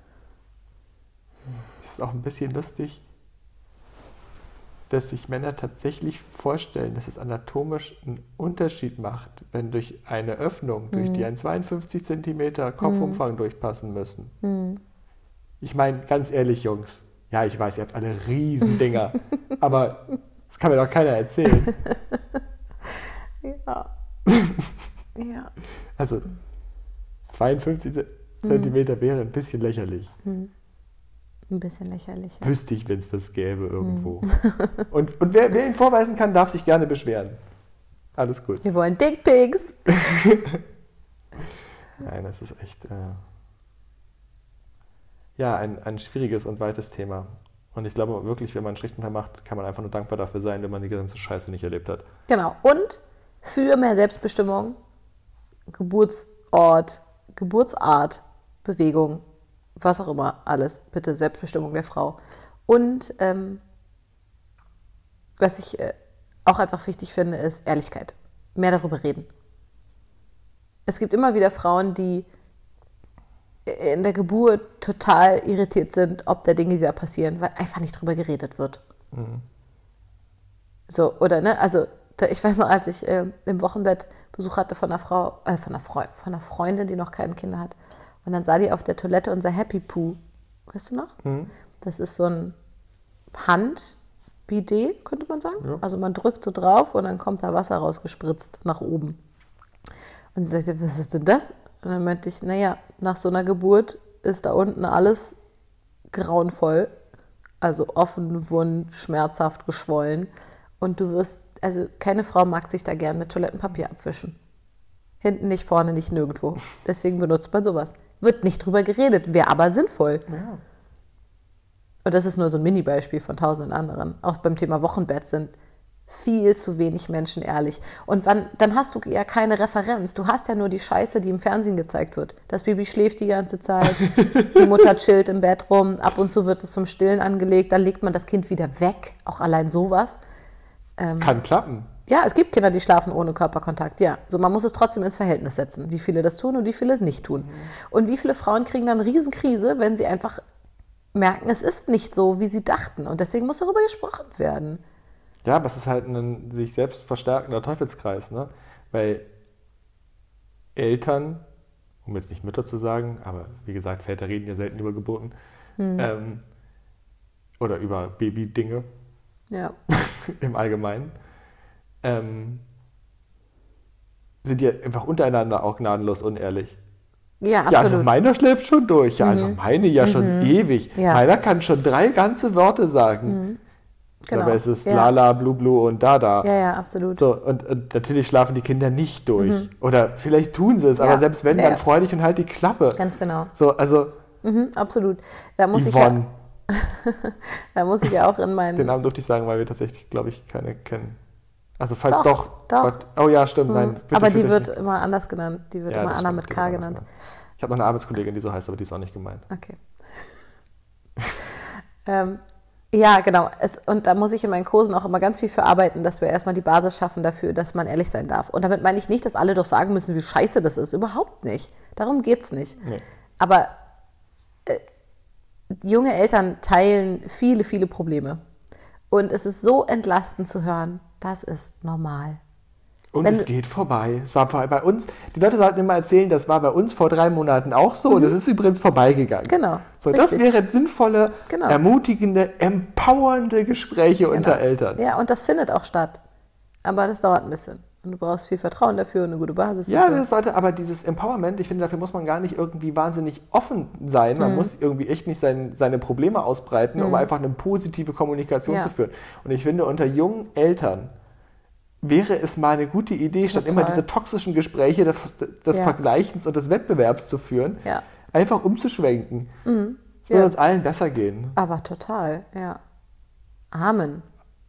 Es ist auch ein bisschen lustig, dass sich Männer tatsächlich vorstellen, dass es anatomisch einen Unterschied macht, wenn durch eine Öffnung, durch die ein zweiundfünfzig Zentimeter Kopfumfang durchpassen müssen. Hm. Ich meine, ganz ehrlich, Jungs, ja, ich weiß, ihr habt alle Riesendinger, aber das kann mir doch keiner erzählen. Ja. Ja. Also zweiundfünfzig Zentimeter wäre ein bisschen lächerlich. Ein bisschen lächerlich. Ja. Wüsste ich, wenn es das gäbe irgendwo. Und, und wer, wer ihn vorweisen kann, darf sich gerne beschweren. Alles gut. Wir wollen Dickpics. Nein, das ist echt äh, ja, ein, ein schwieriges und weites Thema. Und ich glaube wirklich, wenn man einen Schrichtenteil macht, kann man einfach nur dankbar dafür sein, wenn man die ganze Scheiße nicht erlebt hat. Genau. Und für mehr Selbstbestimmung, Geburtsort, Geburtsart, Bewegung, was auch immer, alles. Bitte Selbstbestimmung der Frau. Und ähm, was ich äh, auch einfach wichtig finde, ist Ehrlichkeit. Mehr darüber reden. Es gibt immer wieder Frauen, die in der Geburt total irritiert sind, ob der Dinge, die da passieren, weil einfach nicht drüber geredet wird. Mhm. So, oder, ne, also, da, ich weiß noch, als ich äh, im Wochenbett Besuch hatte von einer Frau, äh, von einer Freundin, von einer Freundin, die noch keine Kinder hat. Und dann sah die auf der Toilette unser Happy Poo. Weißt du noch? Mhm. Das ist so ein Hand-Bidet, könnte man sagen. Ja. Also man drückt so drauf und dann kommt da Wasser rausgespritzt nach oben. Und sie sagte, was ist denn das? Und dann meinte ich, naja, nach so einer Geburt ist da unten alles grauenvoll. Also offen, wund, schmerzhaft, geschwollen. Und du wirst, also keine Frau mag sich da gern mit Toilettenpapier abwischen. Hinten nicht, vorne nicht, nirgendwo. Deswegen benutzt man sowas. Wird nicht drüber geredet, wäre aber sinnvoll. Ja. Und das ist nur so ein Mini-Beispiel von tausenden anderen. Auch beim Thema Wochenbett sind viel zu wenig Menschen ehrlich. Und wann, dann hast du ja keine Referenz. Du hast ja nur die Scheiße, die im Fernsehen gezeigt wird. Das Baby schläft die ganze Zeit, die Mutter chillt im Bett rum, ab und zu wird es zum Stillen angelegt, dann legt man das Kind wieder weg. Auch allein sowas. Ähm, Kann klappen. Ja, es gibt Kinder, die schlafen ohne Körperkontakt, ja. So, man muss es trotzdem ins Verhältnis setzen, wie viele das tun und wie viele es nicht tun. Und wie viele Frauen kriegen dann eine Riesenkrise, wenn sie einfach merken, es ist nicht so, wie sie dachten. Und deswegen muss darüber gesprochen werden. Ja, aber es ist halt ein sich selbst verstärkender Teufelskreis, ne? Weil Eltern, um jetzt nicht Mütter zu sagen, aber wie gesagt, Väter reden ja selten über Geburten, Hm. ähm, oder über Baby-Dinge Ja. im Allgemeinen, ähm, sind ja einfach untereinander auch gnadenlos unehrlich. Ja, Ja, absolut. also meiner schläft schon durch. Ja, also meine ja schon ewig. Ja. Meiner kann schon drei ganze Worte sagen. Genau. Aber es ist Ja. Lala, Blu Blu und Dada. Ja, ja, absolut. So, und, und natürlich schlafen die Kinder nicht durch. Oder vielleicht tun sie es, Ja. aber selbst wenn, Ja, dann ja. freu dich und halt die Klappe. Ganz genau. So, also Mhm, absolut. Da muss, ich Yvonne, ja, da muss ich ja auch in den meinen... Namen durfte ich sagen, weil wir tatsächlich, glaube ich, keine kennen. Also falls Doch, doch. doch. Gott, oh ja, stimmt, nein. bitte Aber die fühlt euch wird nicht- immer anders genannt. Die wird Ja, immer das Anna stimmt, mit die K wird anders genannt. genannt. Ich habe noch eine Arbeitskollegin, die so heißt, aber die ist auch nicht gemeint. Okay. ähm, ja, genau. Es, und da muss ich in meinen Kursen auch immer ganz viel für arbeiten, dass wir erstmal die Basis schaffen dafür, dass man ehrlich sein darf. Und damit meine ich nicht, dass alle doch sagen müssen, wie scheiße das ist. Überhaupt nicht. Darum geht's nicht. Nee. Aber äh, junge Eltern teilen viele, viele Probleme. Und es ist so entlastend zu hören, das ist normal. Und Wenn- es geht vorbei. Es war bei uns, die Leute sollten immer erzählen, das war bei uns vor drei Monaten auch so und es ist übrigens vorbeigegangen. Genau. So, das richtig. wären sinnvolle, Genau. ermutigende, empowernde Gespräche unter Eltern. Ja, und das findet auch statt. Aber das dauert ein bisschen. Und du brauchst viel Vertrauen dafür und eine gute Basis. Ja, und so. das sollte, aber dieses Empowerment, ich finde, dafür muss man gar nicht irgendwie wahnsinnig offen sein. Man Mhm. muss irgendwie echt nicht sein, seine Probleme ausbreiten, um einfach eine positive Kommunikation Ja. zu führen. Und ich finde, unter jungen Eltern wäre es mal eine gute Idee, statt Total. immer diese toxischen Gespräche des, des Ja. Vergleichens und des Wettbewerbs zu führen, Ja. einfach umzuschwenken. Es würde Ja. uns allen besser gehen. Aber total, ja. Amen.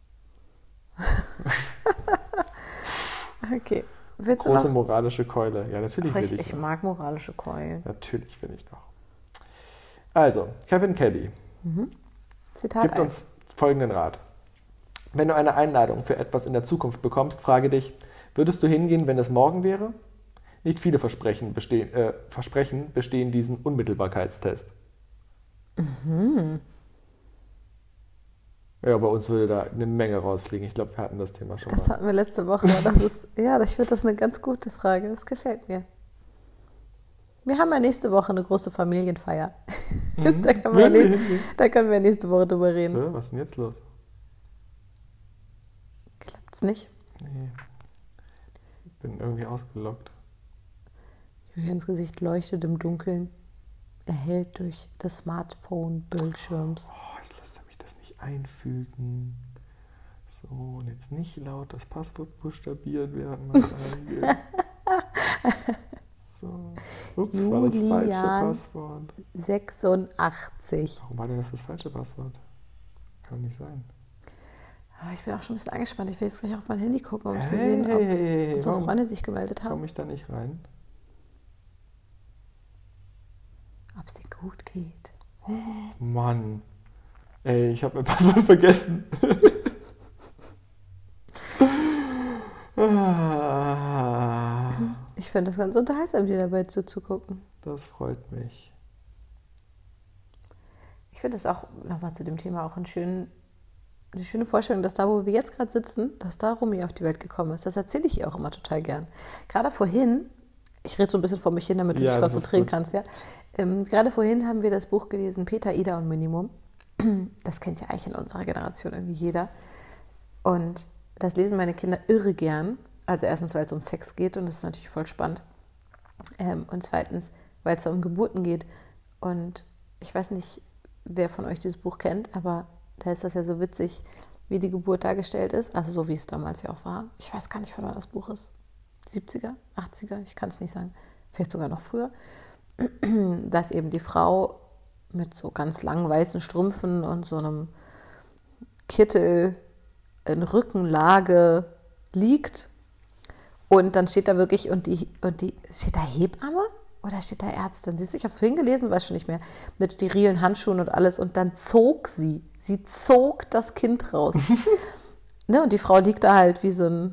Okay. Willst du Große noch? moralische Keule. Ja, natürlich Ach, will ich, ich. ich noch. mag moralische Keulen. Natürlich will ich noch. Also, Kevin Kelly Zitat gibt eins. uns folgenden Rat. Wenn du eine Einladung für etwas in der Zukunft bekommst, frage dich, würdest du hingehen, wenn es morgen wäre? Nicht viele Versprechen bestehen, äh, Versprechen bestehen diesen Unmittelbarkeitstest. Mhm. Ja, bei uns würde da eine Menge rausfliegen. Ich glaube, wir hatten das Thema schon Das mal. hatten wir letzte Woche. Das ist, ja, ich finde das eine ganz gute Frage. Das gefällt mir. Wir haben ja nächste Woche eine große Familienfeier. Mhm. da, können wir Würden wir nächste, hingehen? da können wir nächste Woche drüber reden. Hä, was ist denn jetzt los? Klappt's nicht? Nee. Ich bin irgendwie ausgelockt. Julians Gesicht leuchtet im Dunkeln, erhellt durch das Smartphone-Bildschirms. Oh, jetzt lässt er mich das nicht einfügen. So, und jetzt nicht laut das Passwort buchstabieren, während man reingeht. So. Ups, war das falsche Julian. Passwort. sechsundachtzig. Warum war denn das das falsche Passwort? Kann nicht sein. Aber ich bin auch schon ein bisschen angespannt. Ich will jetzt gleich auf mein Handy gucken, um zu Hey, sehen, ob hey, hey, hey, unsere warum Freunde sich gemeldet haben. komme ich da nicht rein? Ob es dir gut geht. Mann. Ey, ich habe mein Passwort vergessen. Ah, Ich finde das ganz unterhaltsam, dir dabei zuzugucken. das freut mich. Ich finde das auch, nochmal zu dem Thema, auch einen schönen, eine schöne Vorstellung, dass da, wo wir jetzt gerade sitzen, dass da Rumi auf die Welt gekommen ist. Das erzähle ich ihr auch immer total gern. Gerade vorhin, ich rede so ein bisschen vor mich hin, damit du Ja, dich das ist konzentrieren gut. kannst, ja. Ähm, gerade vorhin haben wir das Buch gelesen, Peter, Ida und Minimum. Das kennt ja eigentlich in unserer Generation irgendwie jeder. Und das lesen meine Kinder irre gern. Also erstens, weil es um Sex geht und das ist natürlich voll spannend. Ähm, und zweitens, weil es da um Geburten geht. Und ich weiß nicht, wer von euch dieses Buch kennt, aber da ist das ja so witzig, wie die Geburt dargestellt ist. Also so, wie es damals ja auch war. Ich weiß gar nicht, von wann das Buch ist. siebziger, achtziger, ich kann es nicht sagen. Vielleicht sogar noch früher. Dass eben die Frau mit so ganz langen weißen Strümpfen und so einem Kittel in Rückenlage liegt. Und dann steht da wirklich, und die, und die, steht da Hebamme oder steht da Ärztin? Siehst du, ich habe es vorhin gelesen, weiß schon nicht mehr, mit sterilen Handschuhen und alles. Und dann zog sie, sie zog das Kind raus. Ne, und die Frau liegt da halt wie so ein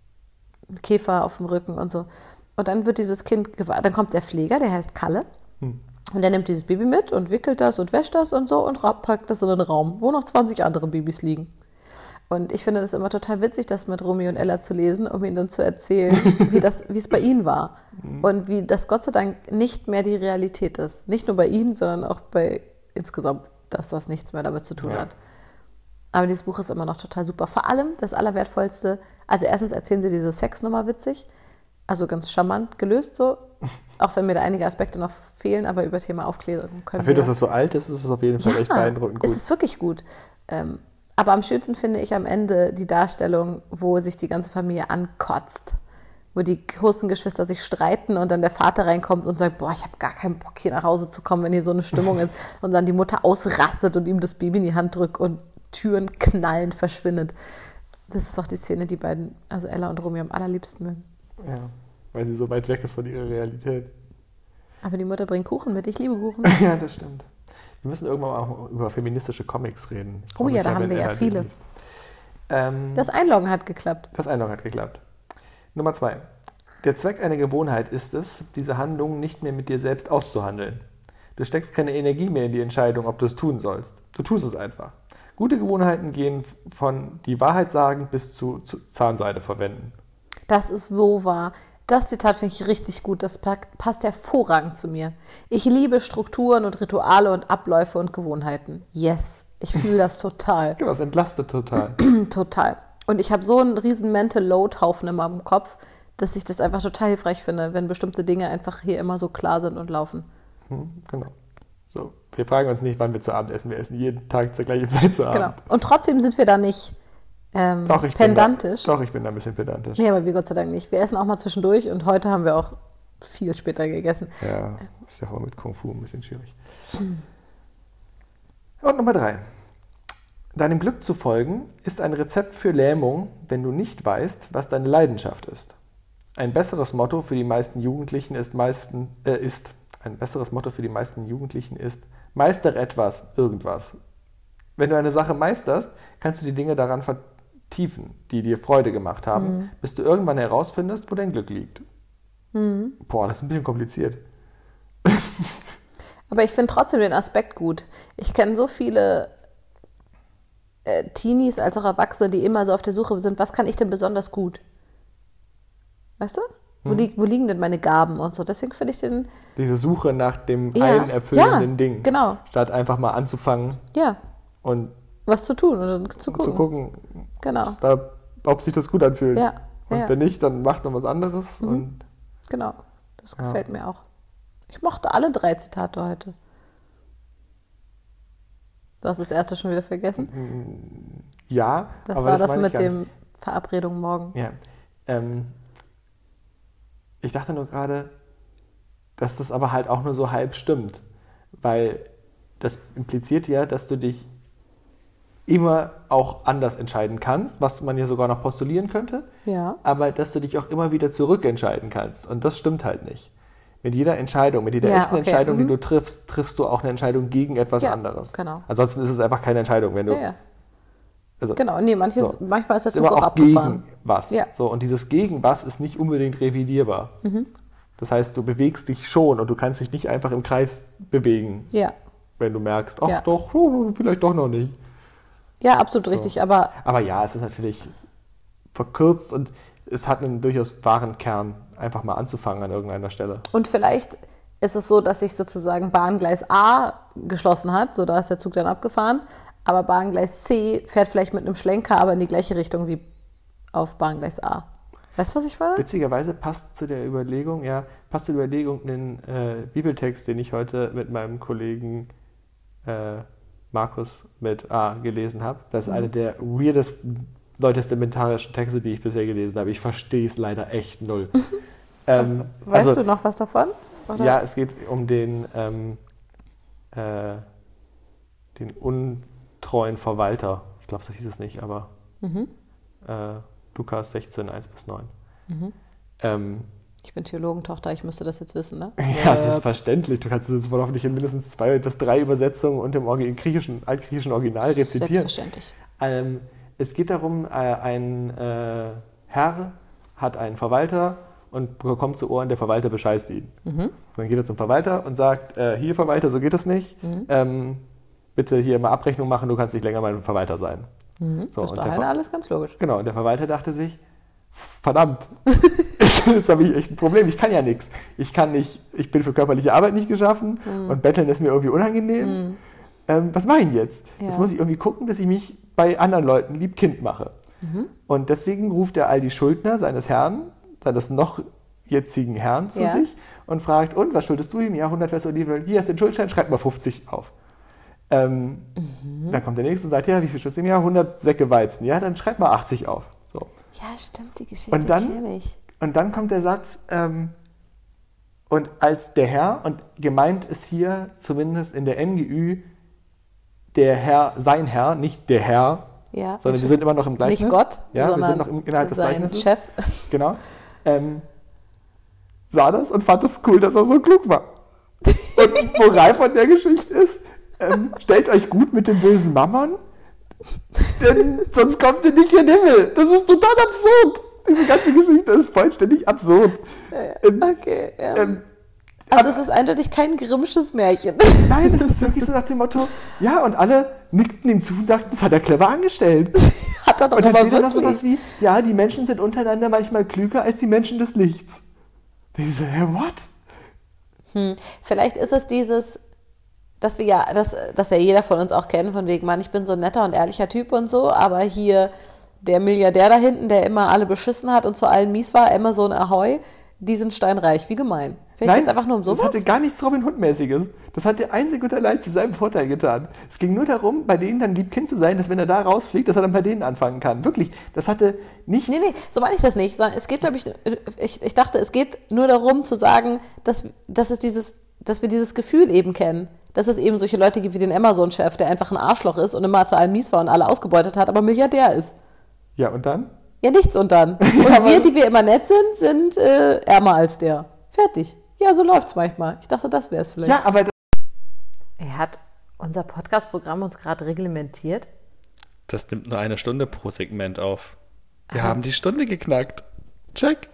Käfer auf dem Rücken und so. Und dann wird dieses Kind gewartet, dann kommt der Pfleger, der heißt Kalle. Hm. Und der nimmt dieses Baby mit und wickelt das und wäscht das und so und ra- packt das in den Raum, wo noch zwanzig andere Babys liegen. Und ich finde das immer total witzig, das mit Romy und Ella zu lesen, um ihnen dann zu erzählen, wie das, wie es bei ihnen war. Und wie das Gott sei Dank nicht mehr die Realität ist. Nicht nur bei ihnen, sondern auch bei insgesamt, dass das nichts mehr damit zu tun Ja. hat. Aber dieses Buch ist immer noch total super. Vor allem das Allerwertvollste, also erstens erzählen sie diese Sexnummer witzig, also ganz charmant gelöst so, auch wenn mir da einige Aspekte noch fehlen, aber über Thema Aufklärung können Dafür, wir... dass es so alt ist, ist es auf jeden Fall echt beeindruckend gut. es ist wirklich gut. Ähm, aber am schönsten finde ich am Ende die Darstellung, wo sich die ganze Familie ankotzt. Wo die großen Geschwister sich streiten und dann der Vater reinkommt und sagt, boah, ich habe gar keinen Bock, hier nach Hause zu kommen, wenn hier so eine Stimmung ist. Und dann die Mutter ausrastet und ihm das Baby in die Hand drückt und Türen knallend verschwindet. Das ist doch die Szene, die beiden, also Ella und Romy, am allerliebsten mögen. Ja, weil sie so weit weg ist von ihrer Realität. Aber die Mutter bringt Kuchen mit. Ich liebe Kuchen. Ja, das stimmt. Wir müssen irgendwann mal auch über feministische Comics reden. Ich Oh freue mich ja, da sehr, haben wenn wir ja Ella die viele. liest. Ähm, Das Einloggen hat geklappt. Das Einloggen hat geklappt. Nummer zwei. Der Zweck einer Gewohnheit ist es, diese Handlung nicht mehr mit dir selbst auszuhandeln. Du steckst keine Energie mehr in die Entscheidung, ob du es tun sollst. Du tust es einfach. Gute Gewohnheiten gehen von die Wahrheit sagen bis zu, zu Zahnseide verwenden. Das ist so wahr. Das Zitat finde ich richtig gut. Das passt hervorragend zu mir. Ich liebe Strukturen und Rituale und Abläufe und Gewohnheiten. Yes, ich fühle das total. Genau, das entlastet total. Total. Und ich habe so einen riesen Mental Load-Haufen in meinem Kopf, dass ich das einfach total hilfreich finde, wenn bestimmte Dinge einfach hier immer so klar sind und laufen. Hm, genau. So, wir fragen uns nicht, wann wir zu Abend essen. Wir essen jeden Tag zur gleichen Zeit zu Abend. Genau. Und trotzdem sind wir da nicht ähm, doch, ich pedantisch. Bin da, doch, ich bin da ein bisschen pedantisch. Nee, aber wir Gott sei Dank nicht. Wir essen auch mal zwischendurch und heute haben wir auch viel später gegessen. Ja, ist ja auch mit Kung Fu ein bisschen schwierig. Und Nummer drei. Deinem Glück zu folgen ist ein Rezept für Lähmung, wenn du nicht weißt, was deine Leidenschaft ist. Ein besseres Motto für die meisten Jugendlichen ist meisten äh, ist ein besseres Motto für die meisten Jugendlichen ist: Meistere etwas, irgendwas. Wenn du eine Sache meisterst, kannst du die Dinge daran vertiefen, die dir Freude gemacht haben, mhm. bis du irgendwann herausfindest, wo dein Glück liegt. Mhm. Boah, das ist ein bisschen kompliziert. Aber ich finde trotzdem den Aspekt gut. Ich kenne so viele äh, Teenies als auch Erwachsene, die immer so auf der Suche sind, was kann ich denn besonders gut? Weißt du? Wo, hm. li- wo liegen denn meine Gaben und so? Deswegen finde ich den... Diese Suche nach dem ja. einen erfüllenden ja, Ding. Genau. Statt einfach mal anzufangen. Ja. Und was zu tun oder zu gucken. Zu gucken, genau. da, ob sich das gut anfühlt. Ja. Und ja. wenn nicht, dann macht man was anderes. Mhm. Und genau. Das gefällt ja. mir auch. Ich mochte alle drei Zitate heute. Du hast das erste schon wieder vergessen? Ja. Das aber war das das mit dem nicht. Verabredung morgen. Ja. Ähm, ich dachte nur gerade, dass das aber halt auch nur so halb stimmt. Weil das impliziert ja, dass du dich immer auch anders entscheiden kannst, was man ja sogar noch postulieren könnte. Ja. Aber dass du dich auch immer wieder zurückentscheiden kannst. Und das stimmt halt nicht. Mit jeder Entscheidung, mit jeder ja, echten okay. Entscheidung, mhm. die du triffst, triffst du auch eine Entscheidung gegen etwas ja, anderes. Genau. Ansonsten ist es einfach keine Entscheidung, wenn du... Ja, ja. Also, genau, nee, manches, so. manchmal ist der ist Zug immer auch auch abgefahren. Gegen was. Ja. So, und dieses gegen was ist nicht unbedingt revidierbar. Mhm. Das heißt, du bewegst dich schon und du kannst dich nicht einfach im Kreis bewegen, ja. wenn du merkst, ach ja. doch, oh, vielleicht doch noch nicht. Ja, absolut so. richtig, aber... Aber ja, es ist natürlich verkürzt und es hat einen durchaus wahren Kern, einfach mal anzufangen an irgendeiner Stelle. Und vielleicht ist es so, dass sich sozusagen Bahngleis A geschlossen hat, so da ist der Zug dann abgefahren, aber Bahngleis C fährt vielleicht mit einem Schlenker, aber in die gleiche Richtung wie auf Bahngleis A. Weißt du, was ich meine? Witzigerweise passt zu der Überlegung, ja, passt zur Überlegung einen äh, Bibeltext, den ich heute mit meinem Kollegen äh, Markus mit A gelesen habe. Das ist mhm. einer der weirdesten neutestamentarischen Texte, die ich bisher gelesen habe. Ich verstehe es leider echt null. ähm, weißt also, du noch was davon? Oder? Ja, es geht um den, ähm, äh, den untreuen Verwalter. Ich glaube, so hieß es nicht, aber mhm. äh, Lukas sechzehn, eins bis neun. Mhm. Ähm, ich bin Theologentochter, ich müsste das jetzt wissen, ne? Ja, selbstverständlich. Du kannst es hoffentlich in mindestens zwei bis drei Übersetzungen und im griechischen, altgriechischen Original rezitieren. Selbstverständlich. Ähm, es geht darum, äh, ein äh, Herr hat einen Verwalter und bekommt zu Ohren, der Verwalter bescheißt ihn. Mhm. Dann geht er zum Verwalter und sagt, äh, hier Verwalter, so geht das nicht. Mhm. Ähm, bitte hier mal Abrechnung machen, du kannst nicht länger mein Verwalter sein. Mhm. So, bis dahin alles ganz logisch. Genau, und der Verwalter dachte sich, verdammt, jetzt habe ich echt ein Problem, ich kann ja nichts. Ich kann nicht, ich bin für körperliche Arbeit nicht geschaffen mhm. und betteln ist mir irgendwie unangenehm. Mhm. Ähm, was mache ich denn jetzt? Ja. Jetzt muss ich irgendwie gucken, dass ich mich bei anderen Leuten lieb Kind mache. Mhm. Und deswegen ruft er all die Schuldner seines Herrn, seines noch jetzigen Herrn zu ja. sich und fragt, und, was schuldest du ihm? Ja, hundert Fässer Olivenöl, hier hast du den Schuldschein, schreib mal fünfzig auf. Ähm, mhm. Dann kommt der Nächste und sagt, ja, wie viel schuldest du ihm? Ja, hundert Säcke Weizen. Ja, dann schreib mal achtzig auf. So. Ja, stimmt, die Geschichte und dann, kenne ich. Und dann kommt der Satz, ähm, und als der Herr, und gemeint ist hier zumindest in der N G Ü der Herr, sein Herr, nicht der Herr, ja, sondern wir sind immer noch im Gleichnis. Nicht Gott, ja, sondern wir sind noch im, innerhalb des sein Gleichnisses. Chef. Genau. Ähm, sah das und fand es cool, dass er so klug war. Und Moral von der Geschichte ist, ähm, stellt euch gut mit dem bösen Mammon, denn sonst kommt ihr nicht in den Himmel. Das ist total absurd. Diese ganze Geschichte ist vollständig absurd. Ähm, okay, ja. Ähm, aber, also es ist eindeutig kein grimmsches Märchen. Nein, es ist wirklich so nach dem Motto, ja, und alle nickten ihm zu und sagten, das hat er clever angestellt. Hat er doch Und dann aber steht da noch wirklich. sowas wie, ja, die Menschen sind untereinander manchmal klüger als die Menschen des Lichts. Und ich so, hä, what? Hm. Vielleicht ist es dieses, dass wir ja, dass, dass ja jeder von uns auch kennen, von wegen, Mann, ich bin so ein netter und ehrlicher Typ und so, aber hier der Milliardär da hinten, der immer alle beschissen hat und zu allen mies war, Amazon Ahoi, die sind steinreich. Wie gemein. Vielleicht geht es einfach nur um sowas. Das hatte gar nichts Robin Hood-mäßiges. Das hat der einzig und allein zu seinem Vorteil getan. Es ging nur darum, bei denen dann lieb Kind zu sein, dass wenn er da rausfliegt, dass er dann bei denen anfangen kann. Wirklich, das hatte nichts... Nee, nee, so meine ich das nicht. Sondern es geht, glaube ich, ich, ich dachte, es geht nur darum zu sagen, dass, dass, es dieses, dass wir dieses Gefühl eben kennen. Dass es eben solche Leute gibt wie den Amazon-Chef, der einfach ein Arschloch ist und immer zu allen mies war und alle ausgebeutet hat, aber Milliardär ist. Ja, und dann? Ja, nichts und dann. Und Ja, wir, die wir immer nett sind, sind äh, ärmer als der. Fertig. Ja, so läuft's manchmal. Ich dachte, das wäre es vielleicht. Ja, aber... Er hat unser Podcast-Programm uns gerade reglementiert. Das nimmt nur eine Stunde pro Segment auf. Wir haben die Stunde geknackt. Check.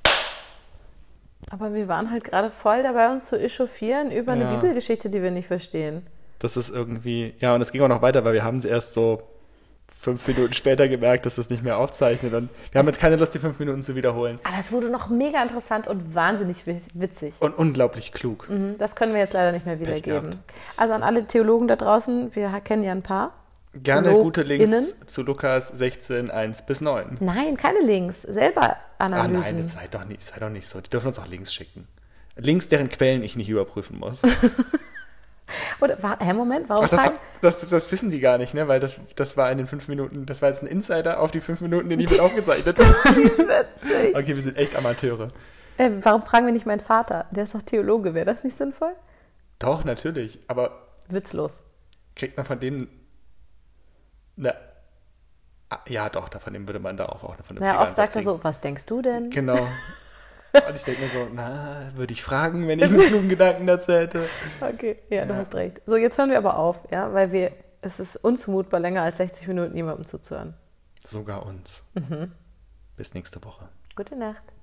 Aber wir waren halt gerade voll dabei, uns zu echauffieren über eine Ja. Bibelgeschichte, die wir nicht verstehen. Das ist irgendwie... Ja, und es ging auch noch weiter, weil wir haben es erst so fünf Minuten später gemerkt, dass es nicht mehr aufzeichnet. Und wir haben jetzt keine Lust, die fünf Minuten zu wiederholen. Aber es wurde noch mega interessant und wahnsinnig wi- witzig. Und unglaublich klug. Mhm, das können wir jetzt leider nicht mehr wiedergeben. gehabt. Also an alle Theologen da draußen, wir kennen ja ein paar. Gerne Theologinnen. gute Links zu Lukas sechzehn, eins bis neun. Nein, keine Links, selber Ah Analysen. nein, das sei doch nicht, sei doch nicht so. Die dürfen uns auch Links schicken. Links, deren Quellen ich nicht überprüfen muss. Oder, wa- hä, Moment, warum Ach, das, fragen? das, das wissen die gar nicht, ne? Weil das, das war in den fünf Minuten, das war jetzt ein Insider auf die fünf Minuten, den ich mit aufgezeichnet habe. Witzig. Okay, wir sind echt Amateure. Äh, warum fragen wir nicht meinen Vater? Der ist doch Theologe, wäre das nicht sinnvoll? Doch, natürlich. Aber Witzlos. kriegt man von denen... Ne, ah, ja, doch, da von dem würde man da auch, auch eine vernünftige Naja, oft Antwort sagt er kriegen. so, was denkst du denn? Genau. Und ich denke mir so, na, würde ich fragen, wenn ich einen klugen Gedanken dazu hätte. Okay, ja, du Ja. hast recht. So, jetzt hören wir aber auf, ja, weil wir, es ist unzumutbar, länger als sechzig Minuten jemandem zuzuhören. Sogar uns. Bis nächste Woche. Gute Nacht.